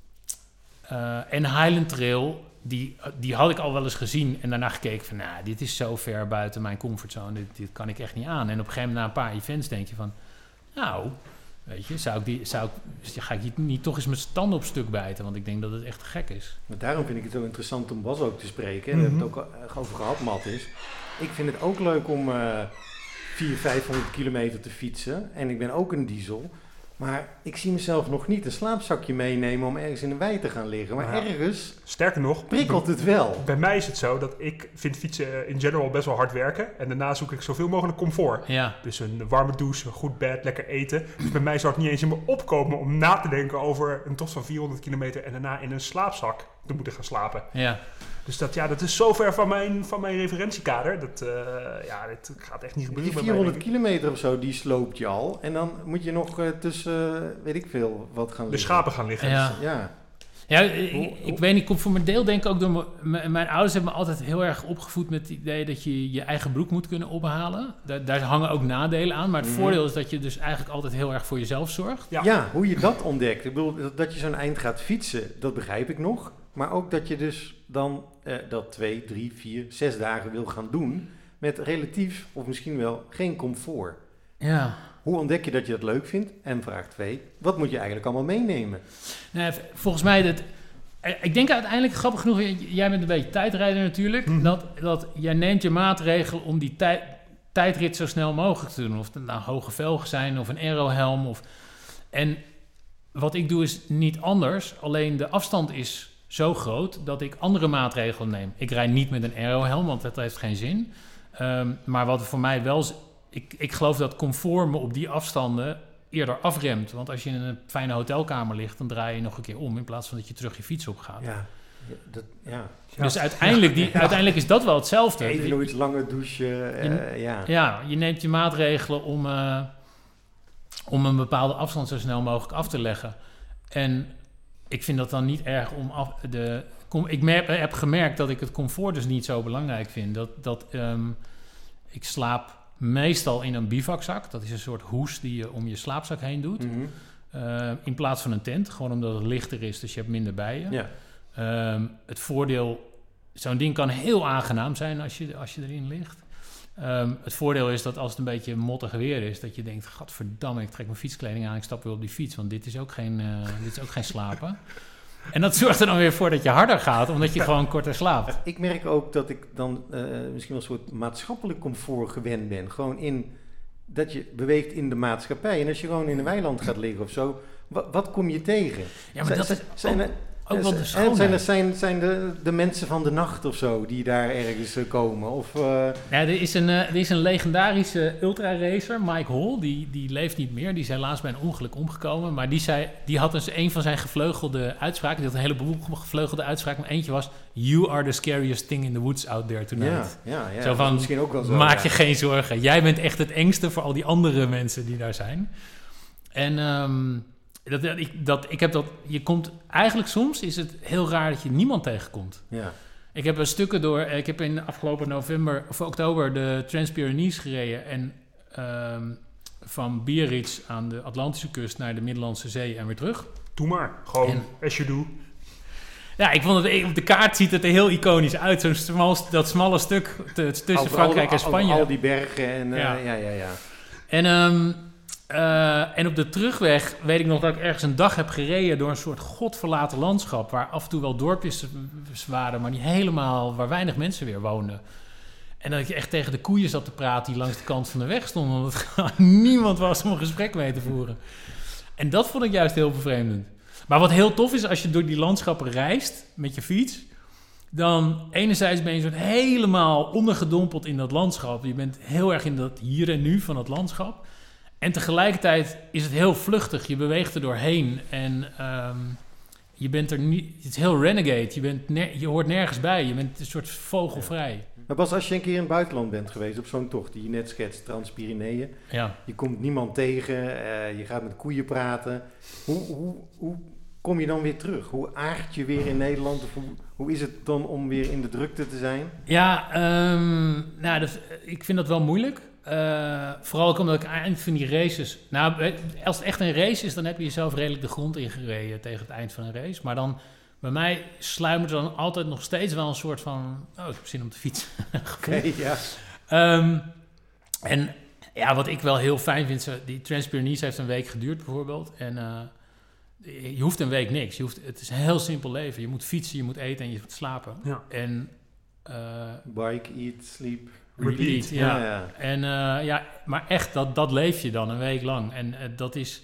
S3: uh, en Highland Trail, die, die had ik al wel eens gezien en daarna gekeken van, nou, dit is zo ver buiten mijn comfortzone, dit, dit kan ik echt niet aan. En op een gegeven moment na een paar events denk je van, nou, weet je, zou ik die, zou ik, ga ik hier niet toch eens met standen op stuk bijten, want ik denk dat het echt gek is.
S1: Maar daarom vind ik het zo interessant om Bas ook te spreken. En
S2: Mm-hmm.
S1: we hebben het ook over gehad, Matthijs. Ik vind het ook leuk om uh, vierhonderd, vijfhonderd kilometer te fietsen. En ik ben ook een diesel. Maar ik zie mezelf nog niet een slaapzakje meenemen om ergens in de wei te gaan liggen. Maar
S2: Nou ja,
S1: ergens
S2: sterker nog,
S1: prikkelt het wel.
S2: Bij mij is het zo dat ik vind fietsen in general best wel hard werken. En daarna zoek ik zoveel mogelijk comfort.
S3: Ja.
S2: Dus een warme douche, een goed bed, lekker eten. Dus bij mij zou het niet eens in me opkomen om na te denken over een tocht van vierhonderd kilometer en daarna in een slaapzak te moeten gaan slapen.
S3: Ja.
S2: Dus dat, ja, dat is zo ver van mijn, van mijn referentiekader. Dat, uh, ja, dit gaat echt niet gebeuren
S1: Die
S2: bij mij,
S1: vierhonderd
S2: denk ik.
S1: kilometer of zo, die sloopt je al. En dan moet je nog uh, tussen, uh, weet ik veel, wat gaan
S2: De
S1: liggen.
S2: schapen gaan liggen.
S3: Ja.
S1: Ja.
S3: Ja, ik,
S1: Hoe-
S3: ik
S1: hoe-
S3: weet niet, komt voor mijn deel denk ik ook door mijn, mijn, mijn ouders hebben me altijd heel erg opgevoed met het idee dat je je eigen broek moet kunnen ophalen. Daar, daar hangen ook nadelen aan, maar het
S1: Mhm.
S3: voordeel is dat je dus eigenlijk altijd heel erg voor jezelf zorgt.
S2: Ja.
S1: Ja, hoe je dat ontdekt. Ik bedoel, dat- dat je zo'n eind gaat fietsen, dat begrijp ik nog. Maar ook dat je dus dan eh, dat twee, drie, vier, zes dagen wil gaan doen met relatief of misschien wel geen comfort.
S3: Ja.
S1: Hoe ontdek je dat je dat leuk vindt? En vraag twee, wat moet je eigenlijk allemaal meenemen?
S3: Nou, v- volgens mij, dat, eh, ik denk uiteindelijk, grappig genoeg, j- jij bent een beetje tijdrijder natuurlijk,
S2: Mhm.
S3: dat, dat jij neemt je maatregel om die tij- tijdrit zo snel mogelijk te doen. Of het nou hoge velgen zijn of een aerohelm. Of, en wat ik doe is niet anders, alleen de afstand is zo groot dat ik andere maatregelen neem. Ik rijd niet met een aerohelm, want dat heeft geen zin. Um, maar wat voor mij wel... z- Ik, ik geloof dat comfort me op die afstanden eerder afremt. Want als je in een fijne hotelkamer ligt, dan draai je nog een keer om in plaats van dat je terug je fiets opgaat.
S1: Ja, ja, dat, ja.
S3: Dus uiteindelijk, die, uiteindelijk is dat wel hetzelfde.
S1: Even nog iets langer douchen, eh,
S3: Je-
S1: ja.
S3: Ja, je neemt je maatregelen om, uh, om een bepaalde afstand zo snel mogelijk af te leggen. En ik vind dat dan niet erg om af... De, kom, ik mer- heb gemerkt dat ik het comfort dus niet zo belangrijk vind. Dat, dat um, ik slaap meestal in een bivakzak. Dat is een soort hoes die je om je slaapzak heen doet.
S1: Mm-hmm.
S3: Uh, in plaats van een tent. Gewoon omdat het lichter is, dus je hebt minder bij je.
S1: Ja.
S3: Um, het voordeel... Zo'n ding kan heel aangenaam zijn als je, als je erin ligt. Um, het voordeel is dat als het een beetje mottig weer is... dat je denkt, gadverdamme, ik trek mijn fietskleding aan... ik stap weer op die fiets, want dit is ook geen, uh, dit is ook geen slapen. En dat zorgt er dan weer voor dat je harder gaat... omdat je gewoon korter slaapt.
S1: Ik merk ook dat ik dan uh, misschien wel een soort maatschappelijk comfort gewend ben. Gewoon in dat je beweegt in de maatschappij. En als je gewoon in een weiland gaat liggen of zo... wat, wat kom je tegen?
S3: Ja, maar dat is
S1: zijn er,
S3: ook wel de
S1: en
S3: schoonheid.
S1: zijn, er, zijn, zijn de, de mensen van de nacht of zo die daar ergens uh, komen? Of, uh...
S3: ja, er, is een, uh, er is een legendarische ultra-racer, Mike Hall. Die, die leeft niet meer. Die is helaas bij een ongeluk omgekomen. Maar die, zei, die had dus een van zijn gevleugelde uitspraken. Die had een heleboel gevleugelde uitspraken. Maar eentje was... You are the scariest thing in the woods out there tonight.
S1: Ja, ja, ja.
S3: Zo van,
S1: misschien ook wel zo.
S3: Maak
S1: ja.
S3: je geen zorgen. Jij bent echt het engste voor al die andere mensen die daar zijn. En... Um, Dat, dat, ik, dat, ik heb dat, je komt, eigenlijk soms is het heel raar dat je niemand tegenkomt.
S1: Ja.
S3: Ik heb een stukken door, ik heb in afgelopen november of oktober de Trans-Pyrenees gereden. En um, van Biarritz aan de Atlantische kust naar de Middellandse Zee en weer terug.
S2: Doe maar, gewoon,
S3: En,
S2: as you do.
S3: Ja, ik vond het, op de kaart ziet het er heel iconisch uit. Zo'n smal, dat smalle stuk te, tussen
S1: Over
S3: Frankrijk
S1: al,
S3: en Spanje.
S1: Over al die bergen en uh,
S3: Ja.
S1: ja, ja, ja.
S3: En... Um, Uh, en op de terugweg weet ik nog dat ik ergens een dag heb gereden door een soort godverlaten landschap, waar af en toe wel dorpjes waren, maar niet helemaal, waar weinig mensen weer woonden. En dat ik echt tegen de koeien zat te praten die langs de kant van de weg stonden, omdat er gewoon niemand was om een gesprek mee te voeren. En dat vond ik juist heel bevreemdend. Maar wat heel tof is, als je door die landschappen reist met je fiets, dan enerzijds ben je zo helemaal ondergedompeld in dat landschap. Je bent heel erg in dat hier en nu van het landschap. En tegelijkertijd is het heel vluchtig. Je beweegt er doorheen. En um, je bent er niet... Het is heel renegade. Je, bent ner, je hoort nergens bij. Je bent een soort vogelvrij.
S1: Maar Bas, als je een keer in het buitenland bent geweest... op zo'n tocht die je net schetst, Trans-Pyreneeën...
S3: Ja.
S1: Je komt niemand tegen. Uh, je gaat met koeien praten. Hoe, hoe, hoe kom je dan weer terug? Hoe aard je weer in Nederland? Of hoe, hoe is het dan om weer in de drukte te zijn?
S3: Ja, um, nou, dat, ik vind dat wel moeilijk. Uh, vooral ook omdat ik eind van die races... Nou, als het echt een race is, dan heb je jezelf redelijk de grond ingereden tegen het eind van een race. Maar dan, bij mij sluimert er dan altijd nog steeds wel een soort van... Oh, ik heb zin om te fietsen.
S1: Oké, okay, ja.
S3: Um, en ja, wat ik wel heel fijn vind... Die Transpyrenees heeft een week geduurd bijvoorbeeld. En uh, je hoeft een week niks. Je hoeft, het is een heel simpel leven. Je moet fietsen, je moet eten en je moet slapen.
S2: Ja.
S3: En... Uh,
S1: Bike, eat, sleep...
S3: Repeat, Repeat ja. ja, ja. En uh, ja, maar echt, dat, dat leef je dan een week lang. En uh, dat is...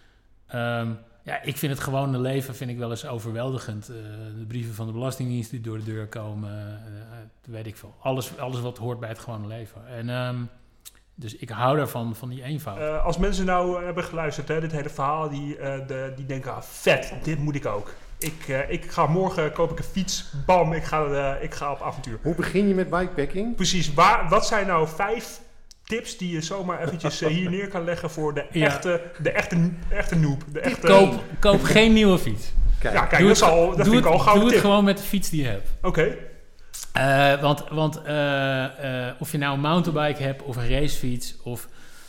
S3: Um, ja, ik vind het gewone leven vind ik wel eens overweldigend. Uh, de brieven van de Belastingdienst die door de deur komen. Uh, weet ik veel. Alles, alles wat hoort bij het gewone leven. En um, dus ik hou daarvan, van die eenvoud.
S2: Uh, als mensen nou hebben geluisterd, hè, dit hele verhaal, die, uh, de, die denken, ah, vet, dit moet ik ook. Ik, uh, ik ga morgen, koop ik een fiets, bam, ik ga, uh, ik ga op avontuur.
S1: Hoe begin je met bikepacking?
S2: Precies, waar, wat zijn nou vijf tips die je zomaar eventjes uh, hier neer kan leggen voor de ja. echte, de echte, echte noob? De echte...
S3: Koop, koop geen nieuwe fiets.
S2: Kijk, ja, kijk, dat,
S3: het,
S2: al, dat vind ik al gauw
S3: Doe
S2: tip.
S3: het gewoon met de fiets die je hebt.
S2: Oké. Okay.
S3: Uh, want want uh, uh, of je nou een mountainbike hebt of een racefiets of...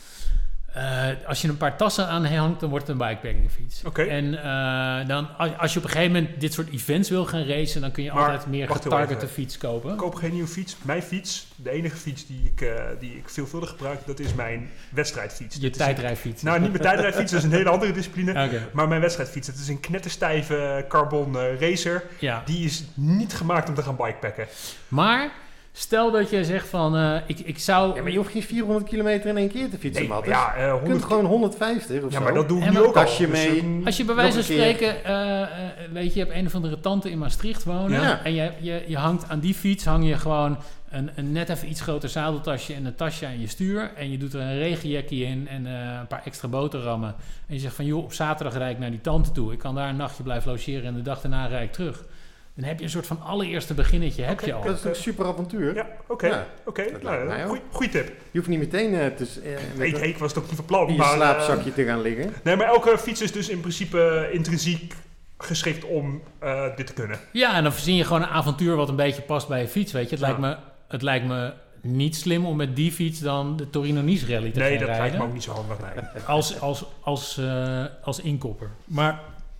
S3: Uh, als je een paar tassen aan hangt, dan wordt het een bikepackingfiets.
S2: Okay.
S3: En uh, dan, als, als je op een gegeven moment dit soort events wil gaan racen, dan kun je maar, altijd meer getargete fiets kopen.
S2: Ik koop geen nieuwe fiets. Mijn fiets, de enige fiets die ik, uh, die ik veelvuldig gebruik, dat is mijn wedstrijdfiets.
S3: Je tijdrijfiets.
S2: Nou, niet mijn tijdrijfiets, dat is een hele andere discipline.
S3: Okay.
S2: Maar mijn wedstrijdfiets, dat is een knetterstijve carbon uh, racer. Ja. Die is niet gemaakt om te gaan bikepacken.
S3: Maar... Stel dat je zegt van, uh, ik, ik zou...
S1: Ja, maar je hoeft geen vierhonderd kilometer in één keer te fietsen,
S2: nee,
S1: Matt.
S2: Ja, uh,
S1: honderd... Je kunt gewoon honderdvijftig of
S2: ja,
S1: zo.
S2: maar dat doe ik
S1: en
S2: nu ook
S1: tasje
S2: al.
S1: mee.
S2: Dus,
S3: als je bij wijze van spreken, uh, uh, weet je, je hebt een of andere tante in Maastricht wonen. Ja. En je, je, je hangt aan die fiets, hang je gewoon een, een net even iets groter zadeltasje en een tasje aan je stuur. En je doet er een regenjackie in en uh, een paar extra boterhammen. En je zegt van, joh, op zaterdag rijd ik naar die tante toe. Ik kan daar een nachtje blijven logeren en de dag daarna rijd ik terug. Dan heb je een soort van allereerste beginnetje, heb
S1: okay,
S3: je al.
S1: Dat is een super avontuur.
S2: Ja, oké. Okay, ja, oké. Okay. Nou, goeie tip.
S1: Je hoeft niet meteen uh, te, uh,
S2: nee, nee, ik was het ook niet van plan.
S1: in je slaapzakje uh, te gaan liggen.
S2: Nee, maar elke fiets is dus in principe uh, intrinsiek geschikt om uh, dit te kunnen.
S3: Ja, en dan verzin je gewoon een avontuur wat een beetje past bij je fiets, weet je. Het, ja. lijkt, me, het lijkt me niet slim om met die fiets dan de Torino-Nice Rally te
S2: nee,
S3: gaan rijden.
S2: Nee, dat lijkt me ook niet zo handig. Nee.
S3: Als, als, als, uh, als inkopper. Maar,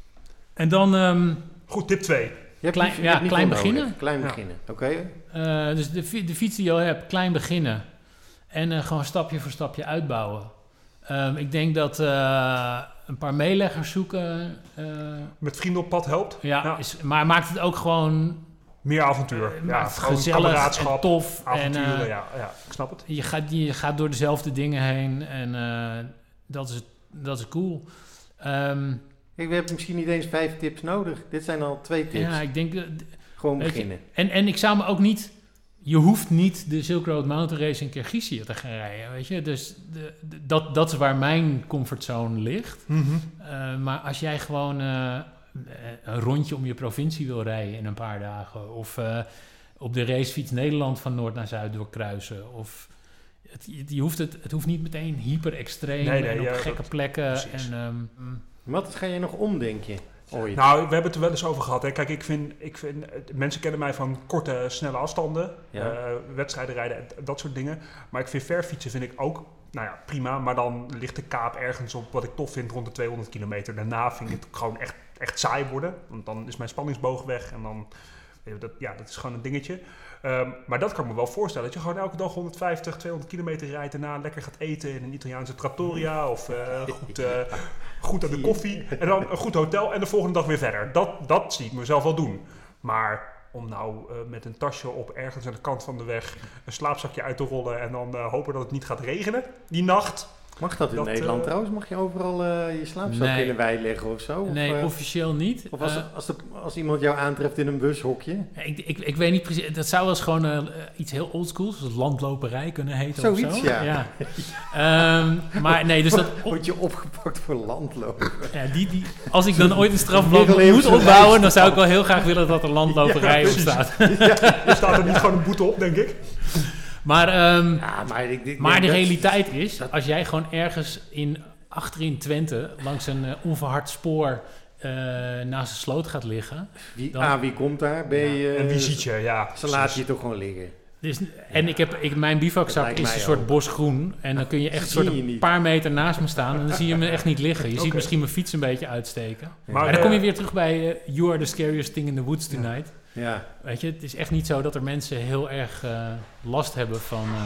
S3: en dan... Um,
S2: Goed, tip twee.
S1: Je hebt
S3: klein,
S1: niet, je
S3: ja,
S1: hebt niet
S3: klein beginnen.
S1: Nodig. Klein beginnen, ja. Oké.
S3: Okay. Uh, dus de, de fiets die je al hebt, klein beginnen. En uh, gewoon stapje voor stapje uitbouwen. Um, ik denk dat uh, een paar meeleggers zoeken... Uh,
S2: Met vrienden op pad helpt.
S3: Ja, ja. Is, maar maakt het ook gewoon...
S2: Meer avontuur.
S3: Uh,
S2: ja,
S3: gezellig en tof.
S2: Avonturen,
S3: en, uh,
S2: ja, ja, ik snap het.
S3: Je gaat, je gaat door dezelfde dingen heen. En uh, dat, is, dat is cool. Um,
S1: Kijk, we hebben misschien niet eens vijf tips nodig. Dit zijn al twee tips.
S3: Ja, ik denk... Uh,
S1: Gewoon beginnen.
S3: Je, en, en ik zou me ook niet... Je hoeft niet de Silk Road Mountain Race in Kirgizië te gaan rijden, weet je. Dus de, de, dat, dat is waar mijn comfortzone ligt.
S2: Mm-hmm.
S3: Uh, maar als jij gewoon uh, een rondje om je provincie wil rijden in een paar dagen... of uh, op de racefiets Nederland van noord naar zuid doorkruisen... of het, je hoeft het, het hoeft niet meteen hyper extreem nee, nee, en op ja, gekke plekken. En, um,
S1: Wat ga je nog om, denk je? Ooit.
S2: Nou, we hebben het er wel eens over gehad. Hè. Kijk, ik vind, ik vind, mensen kennen mij van korte, snelle afstanden, ja. uh, wedstrijden rijden, dat soort dingen. Maar ik vind verfietsen vind ik ook, nou ja, prima. Maar dan ligt de kaap ergens op wat ik tof vind rond de tweehonderd kilometer. Daarna vind ik het gewoon echt, echt saai worden. Want dan is mijn spanningsboog weg en dan, dat, ja, dat is gewoon een dingetje. Um, maar dat kan ik me wel voorstellen. Dat je gewoon elke dag honderdvijftig, tweehonderd kilometer rijdt. Daarna lekker gaat eten in een Italiaanse trattoria. Of uh, goed, uh, goed aan de koffie. En dan een goed hotel. En de volgende dag weer verder. Dat, dat zie ik mezelf wel doen. Maar om nou uh, met een tasje op ergens aan de kant van de weg een slaapzakje uit te rollen. En dan uh, hopen dat het niet gaat regenen die nacht.
S1: Mag dat in dat, Nederland uh, trouwens? Mag je overal uh, je slaapzak nee. in de wei leggen of zo?
S3: Nee,
S1: of, uh,
S3: officieel niet.
S1: Of als,
S3: uh,
S1: als, de, als iemand jou aantreft in een bushokje?
S3: Ik, ik, ik weet niet precies. Dat zou wel eens gewoon uh, iets heel oldschools, zoals landloperij kunnen heten.
S1: Zoiets,
S3: of zo.
S1: ja.
S3: ja. um, maar nee, dus dat...
S1: Word je opgepakt voor landlopen?
S3: Ja, die, die, als ik dan ooit een strafblad moet opbouwen, dan zou ik wel heel graag willen dat er landloperij ja, op staat.
S2: Ja, er staat er niet gewoon een boete op, denk ik.
S3: Maar, um,
S1: ja, maar, ik, ik,
S3: maar de
S1: dat,
S3: realiteit is, dat als jij gewoon ergens in, achterin Twente langs een uh, onverhard spoor uh, naast een sloot gaat liggen...
S1: Wie,
S3: dan,
S1: ah, wie komt daar? Ben je,
S2: ja, en wie ziet je? Ja,
S1: ze laten je toch gewoon liggen.
S3: Dus, en ik heb, ik, mijn bivakzak is een soort ook. bosgroen. En dan kun je echt soort een paar meter naast me staan. En dan zie je me echt niet liggen. Je okay. ziet misschien mijn fiets een beetje uitsteken. Ja. Maar, maar dan kom je weer terug bij uh, You are the scariest thing in the woods tonight.
S1: Ja. Ja.
S3: Weet je, het is echt niet zo dat er mensen heel erg uh, last hebben van... Uh,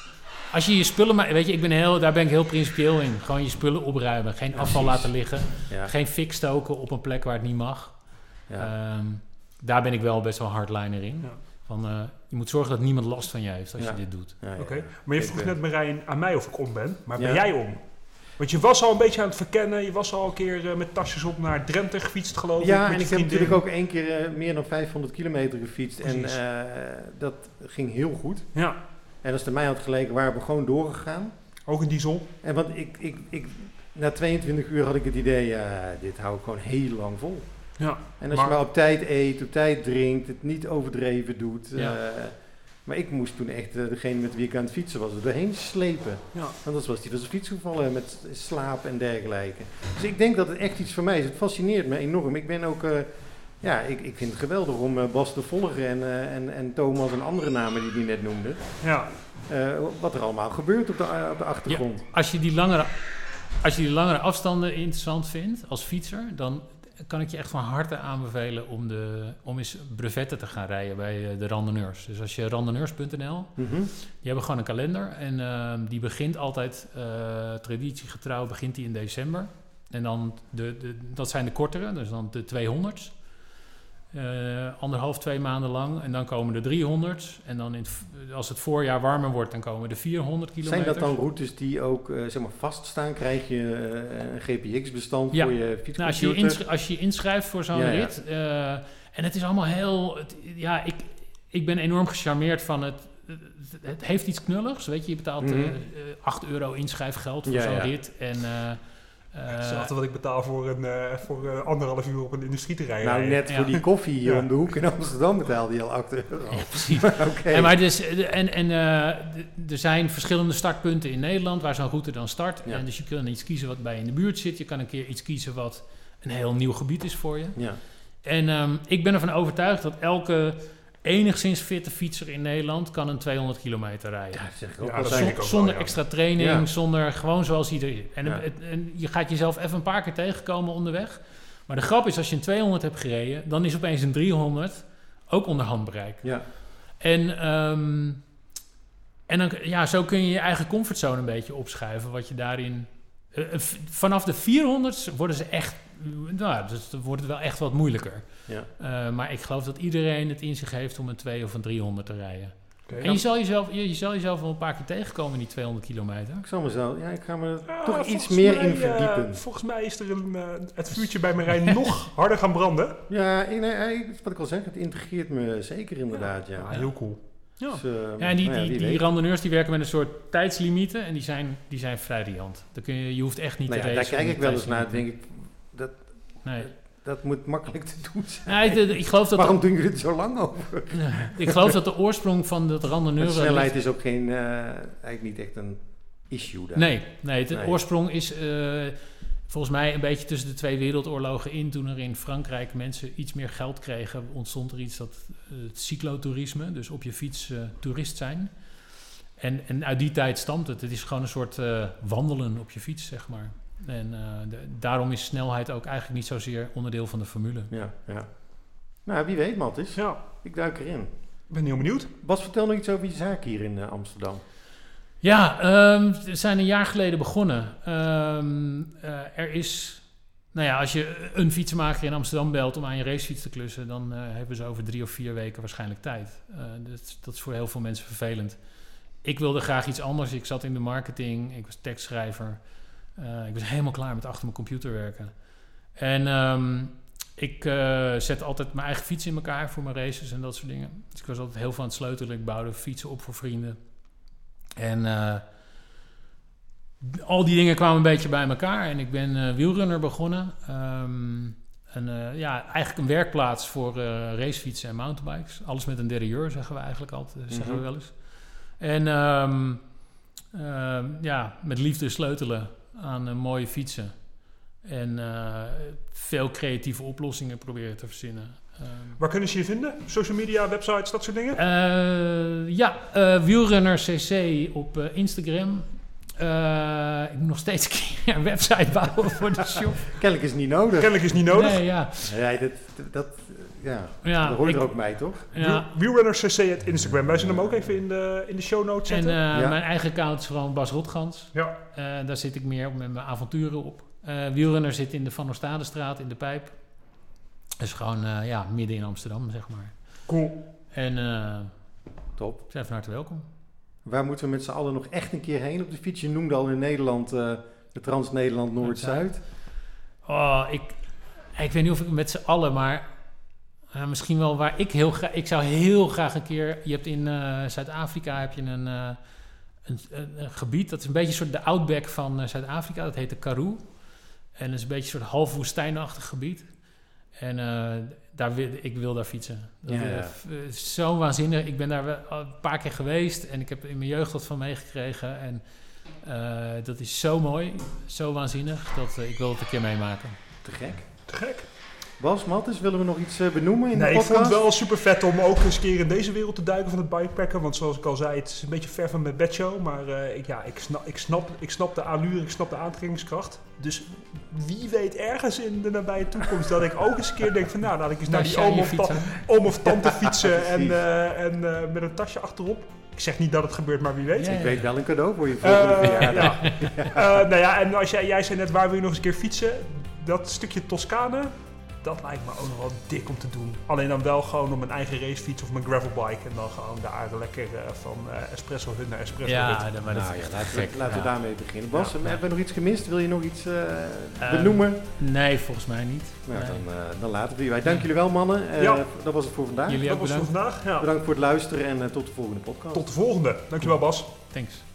S3: als je je spullen... Maar, weet je, ik ben heel, daar ben ik heel principieel in. Gewoon je spullen opruimen. Geen ja, afval precies. laten liggen. Ja. Geen fik stoken op een plek waar het niet mag. Ja. Um, daar ben ik wel best wel hardliner in. Ja. Van, uh, je moet zorgen dat niemand last van je heeft als ja. je dit doet.
S2: Ja, ja, Oké, okay. Maar je vroeg net Marijn aan mij of ik om ben. Maar ja. ben jij om? Want je was al een beetje aan het verkennen. Je was al een keer uh, met tasjes op naar Drenthe gefietst, geloof ik.
S1: Ja, en ik heb natuurlijk ook één keer uh, meer dan vijfhonderd kilometer gefietst. Precies. En uh, dat ging heel goed.
S2: Ja.
S1: En als het mij had geleken, waren we gewoon doorgegaan.
S2: Ook in diesel?
S1: En want ik, ik, ik, na tweeëntwintig uur had ik het idee, ja, uh, dit hou ik gewoon heel lang vol.
S2: Ja,
S1: en als maar, je maar op tijd eet, op tijd drinkt, het niet overdreven doet. Ja. Uh, maar ik moest toen echt uh, degene met wie ik aan het fietsen was er doorheen slepen.
S2: Ja.
S1: Want anders was die van zijn fiets gevallen met slaap en dergelijke. Dus ik denk dat het echt iets voor mij is. Het fascineert me enorm. Ik ben ook, uh, ja, ik, ik vind het geweldig om uh, Bas te volgen en, uh, en, en Thomas en andere namen die hij net noemde.
S2: Ja.
S1: Uh, wat er allemaal gebeurt op de, uh, op de achtergrond.
S3: Ja, als je die langere, als je die langere afstanden interessant vindt als fietser, dan kan ik je echt van harte aanbevelen om, de, om eens brevetten te gaan rijden bij uh, de randonneurs. Dus als je randonneurs punt n l, mm-hmm. die hebben gewoon een kalender en uh, die begint altijd, uh, traditiegetrouw begint die in december. En dan, de, de, dat zijn de kortere, dus dan de tweehonderd. Uh, anderhalf, twee maanden lang. En dan komen de driehonderd. En dan in het, als het voorjaar warmer wordt, dan komen de vierhonderd kilometer.
S1: Zijn dat dan routes die ook uh, zeg maar vaststaan? Krijg je uh, een G P X-bestand
S3: ja.
S1: voor je fietscomputer?
S3: Nou, als, je insch- als je je inschrijft voor zo'n ja, rit. Ja. Uh, en het is allemaal heel... Het, ja, ik, ik ben enorm gecharmeerd van het... Het, het heeft iets knulligs. Weet je, je betaalt mm-hmm. uh, acht euro inschrijfgeld voor ja, zo'n ja. rit. En... Uh,
S2: Uh, dat is altijd wat ik betaal voor, een, uh, voor uh, anderhalf uur op een industrieterrein.
S1: Nou, net ja. voor die koffie hier ja. om de hoek in Amsterdam betaalde je al acht euro.
S3: Ja, precies. okay. En, maar dus, en, en uh, er zijn verschillende startpunten in Nederland waar zo'n route dan start. Ja. En dus je kan iets kiezen wat bij je in de buurt zit. Je kan een keer iets kiezen wat een heel nieuw gebied is voor je.
S1: Ja.
S3: En um, ik ben ervan overtuigd dat elke enigszins fitte fietser in Nederland kan een tweehonderd kilometer rijden.
S1: Ja, dat zeg ik ook.
S3: Ja, dat z- ook zonder wel, ja. extra training, ja. zonder gewoon zoals iedereen. En, ja. en, en je gaat jezelf even een paar keer tegenkomen onderweg. Maar de grap is, als je een tweehonderd hebt gereden, dan is opeens een driehonderd ook onder handbereik.
S1: Ja.
S3: En, um, en dan, ja, zo kun je je eigen comfortzone een beetje opschuiven, wat je daarin... Uh, vanaf de vierhonderd worden ze echt... Nou, dus dan wordt het wel echt wat moeilijker.
S1: Ja.
S3: Uh, maar ik geloof dat iedereen het in zich heeft om een twee of een driehonderd te rijden. Okay, en je zal, jezelf, je, je zal jezelf wel een paar keer tegenkomen in die tweehonderd kilometer.
S1: Ik zal mezelf, ja, ik ga me ja, toch iets meer mij, in verdiepen.
S2: Uh, volgens mij is er een, uh, het vuurtje bij Marijn nog harder gaan branden.
S1: Ja, ik, nee, wat ik al zeg, het integreert me zeker inderdaad. Ja,
S2: ja. ja heel cool.
S3: Ja, dus, uh, ja en die, nou ja, die, die randonneurs die werken met een soort tijdslimieten en die zijn, die zijn vrij riant. Dan kun je, je hoeft echt niet nou te ja, racen.
S1: Daar kijk ik wel eens naar, denk ik, dat...
S3: Nee.
S1: Dat moet makkelijk te doen zijn.
S3: Ja, ik, ik geloof dat
S1: Waarom doen jullie er zo lang over?
S3: Ik geloof dat de oorsprong van dat randonneuren...
S1: De snelheid ligt... is ook geen, uh, eigenlijk niet echt een issue daar.
S3: Nee, nee de nee. oorsprong is uh, volgens mij een beetje tussen de twee wereldoorlogen in. Toen er in Frankrijk mensen iets meer geld kregen, ontstond er iets dat uh, het cyclotourisme, dus op je fiets uh, toerist zijn. En, en uit die tijd stamt het. Het is gewoon een soort uh, wandelen op je fiets, zeg maar. En uh, de, daarom is snelheid ook eigenlijk niet zozeer onderdeel van de formule.
S1: Ja, ja. Nou, wie weet, Matthijs.
S2: Ja.
S1: Ik duik erin.
S2: Ik ben heel benieuwd.
S1: Bas, vertel nog iets over je zaak hier in uh, Amsterdam.
S3: Ja, um, we zijn een jaar geleden begonnen. Um, uh, er is... Nou ja, als je een fietsenmaker in Amsterdam belt om aan je racefiets te klussen, dan uh, hebben ze over drie of vier weken waarschijnlijk tijd. Uh, dat, dat is voor heel veel mensen vervelend. Ik wilde graag iets anders. Ik zat in de marketing, ik was tekstschrijver. Uh, ik was helemaal klaar met achter mijn computer werken. En um, ik uh, zet altijd mijn eigen fiets in elkaar voor mijn races en dat soort dingen. Dus ik was altijd heel veel aan het sleutelen. Ik bouwde fietsen op voor vrienden. En uh, al die dingen kwamen een beetje bij elkaar. En ik ben uh, wielrunner begonnen. Um, en, uh, ja, eigenlijk een werkplaats voor uh, racefietsen en mountainbikes. Alles met een derailleur, zeggen we eigenlijk altijd. Mm-hmm. Zeggen we wel eens. En um, uh, ja, met liefde sleutelen aan uh, mooie fietsen. En uh, veel creatieve oplossingen proberen te verzinnen. Uh,
S2: Waar kunnen ze je vinden? Social media, websites, dat soort dingen?
S3: Uh, ja, uh, Wielrenner C C op uh, Instagram. Uh, ik moet nog steeds een keer een website bouwen voor de shop.
S1: Kennelijk is het niet nodig.
S2: Kennelijk is het niet nodig.
S3: Nee, ja.
S1: Ja, dat, dat, ja.
S3: ja
S1: dat hoort
S3: ik,
S1: er ook bij, toch?
S3: Ja.
S2: Wielrenner C C het Instagram. Wij zullen hem ook even in de, in de show notes zetten.
S3: En uh,
S1: ja.
S3: mijn eigen account is gewoon Bas Rotgans.
S2: Ja.
S3: Uh, daar zit ik meer op met mijn avonturen op. Uh, Wielrenner zit in de Van Oostadestraat in de Pijp. Dus gewoon uh, ja, midden in Amsterdam, zeg maar.
S2: Cool.
S3: En uh,
S1: top.
S3: Zijn van harte welkom.
S1: Waar moeten we met z'n allen nog echt een keer heen op de fiets? Je noemde al in Nederland uh, de Trans-Nederland Noord-Zuid.
S3: Oh, ik, ik weet niet of ik met z'n allen, maar uh, misschien wel waar ik heel graag... Ik zou heel graag een keer... Je hebt in uh, Zuid-Afrika heb je een, uh, een, een, een gebied, dat is een beetje een soort de outback van uh, Zuid-Afrika. Dat heet de Karoo. En dat is een beetje een soort half woestijnachtig gebied. En uh, daar wil, ik wil daar fietsen. Dat
S1: ja, ja.
S3: is zo waanzinnig. Ik ben daar wel een paar keer geweest en ik heb in mijn jeugd wat van meegekregen. En uh, dat is zo mooi, zo waanzinnig, dat uh, ik wil het een keer meemaken.
S1: Te gek.
S2: Te gek.
S1: Bas, Matthijs, willen we nog iets uh, benoemen in
S2: nee,
S1: de podcast?
S2: Ik vond het wel super vet om ook eens een keer in deze wereld te duiken van het bikepacken. Want zoals ik al zei, het is een beetje ver van mijn bedshow. Maar uh, ik, ja, ik, snap, ik, snap, ik snap de allure, ik snap de aantrekkingskracht. Dus wie weet ergens in de nabije toekomst dat ik ook eens een keer denk van... Nou, laat ik eens naar die oom of, ta- oom of tante fietsen en, uh, en uh, met een tasje achterop. Ik zeg niet dat het gebeurt, maar wie weet.
S1: Ja, ja. Ik weet wel een cadeau voor je volgende
S2: uh,
S1: verjaardag.
S2: Ja. uh, nou ja, en als jij, jij zei net, waar wil je nog eens een keer fietsen? Dat stukje Toscane... Dat lijkt me ook nog wel dik om te doen. Alleen dan wel gewoon op mijn eigen racefiets of mijn gravelbike. En dan gewoon daar lekker uh, van uh, espresso hut naar espresso
S3: ja,
S2: hut.
S3: Ja, maar dat
S1: nou,
S3: is
S1: ja, laten
S3: gek.
S1: we, laten
S3: ja.
S1: we daarmee beginnen. Bas,
S3: ja,
S1: hebben
S3: ja.
S1: we nog iets gemist? Wil je nog iets uh,
S3: uh,
S1: benoemen?
S3: Nee, volgens mij niet.
S1: Nou,
S3: nee.
S1: dan, uh, dan laten we je. Wij dank jullie wel, mannen. Uh,
S2: ja.
S1: Dat was het voor vandaag.
S3: Jullie
S2: dat
S3: ook
S2: was
S3: bedankt.
S2: voor vandaag. Ja.
S1: Bedankt voor het luisteren en uh, tot de volgende podcast.
S2: Tot de volgende. Dankjewel, Bas.
S3: Thanks.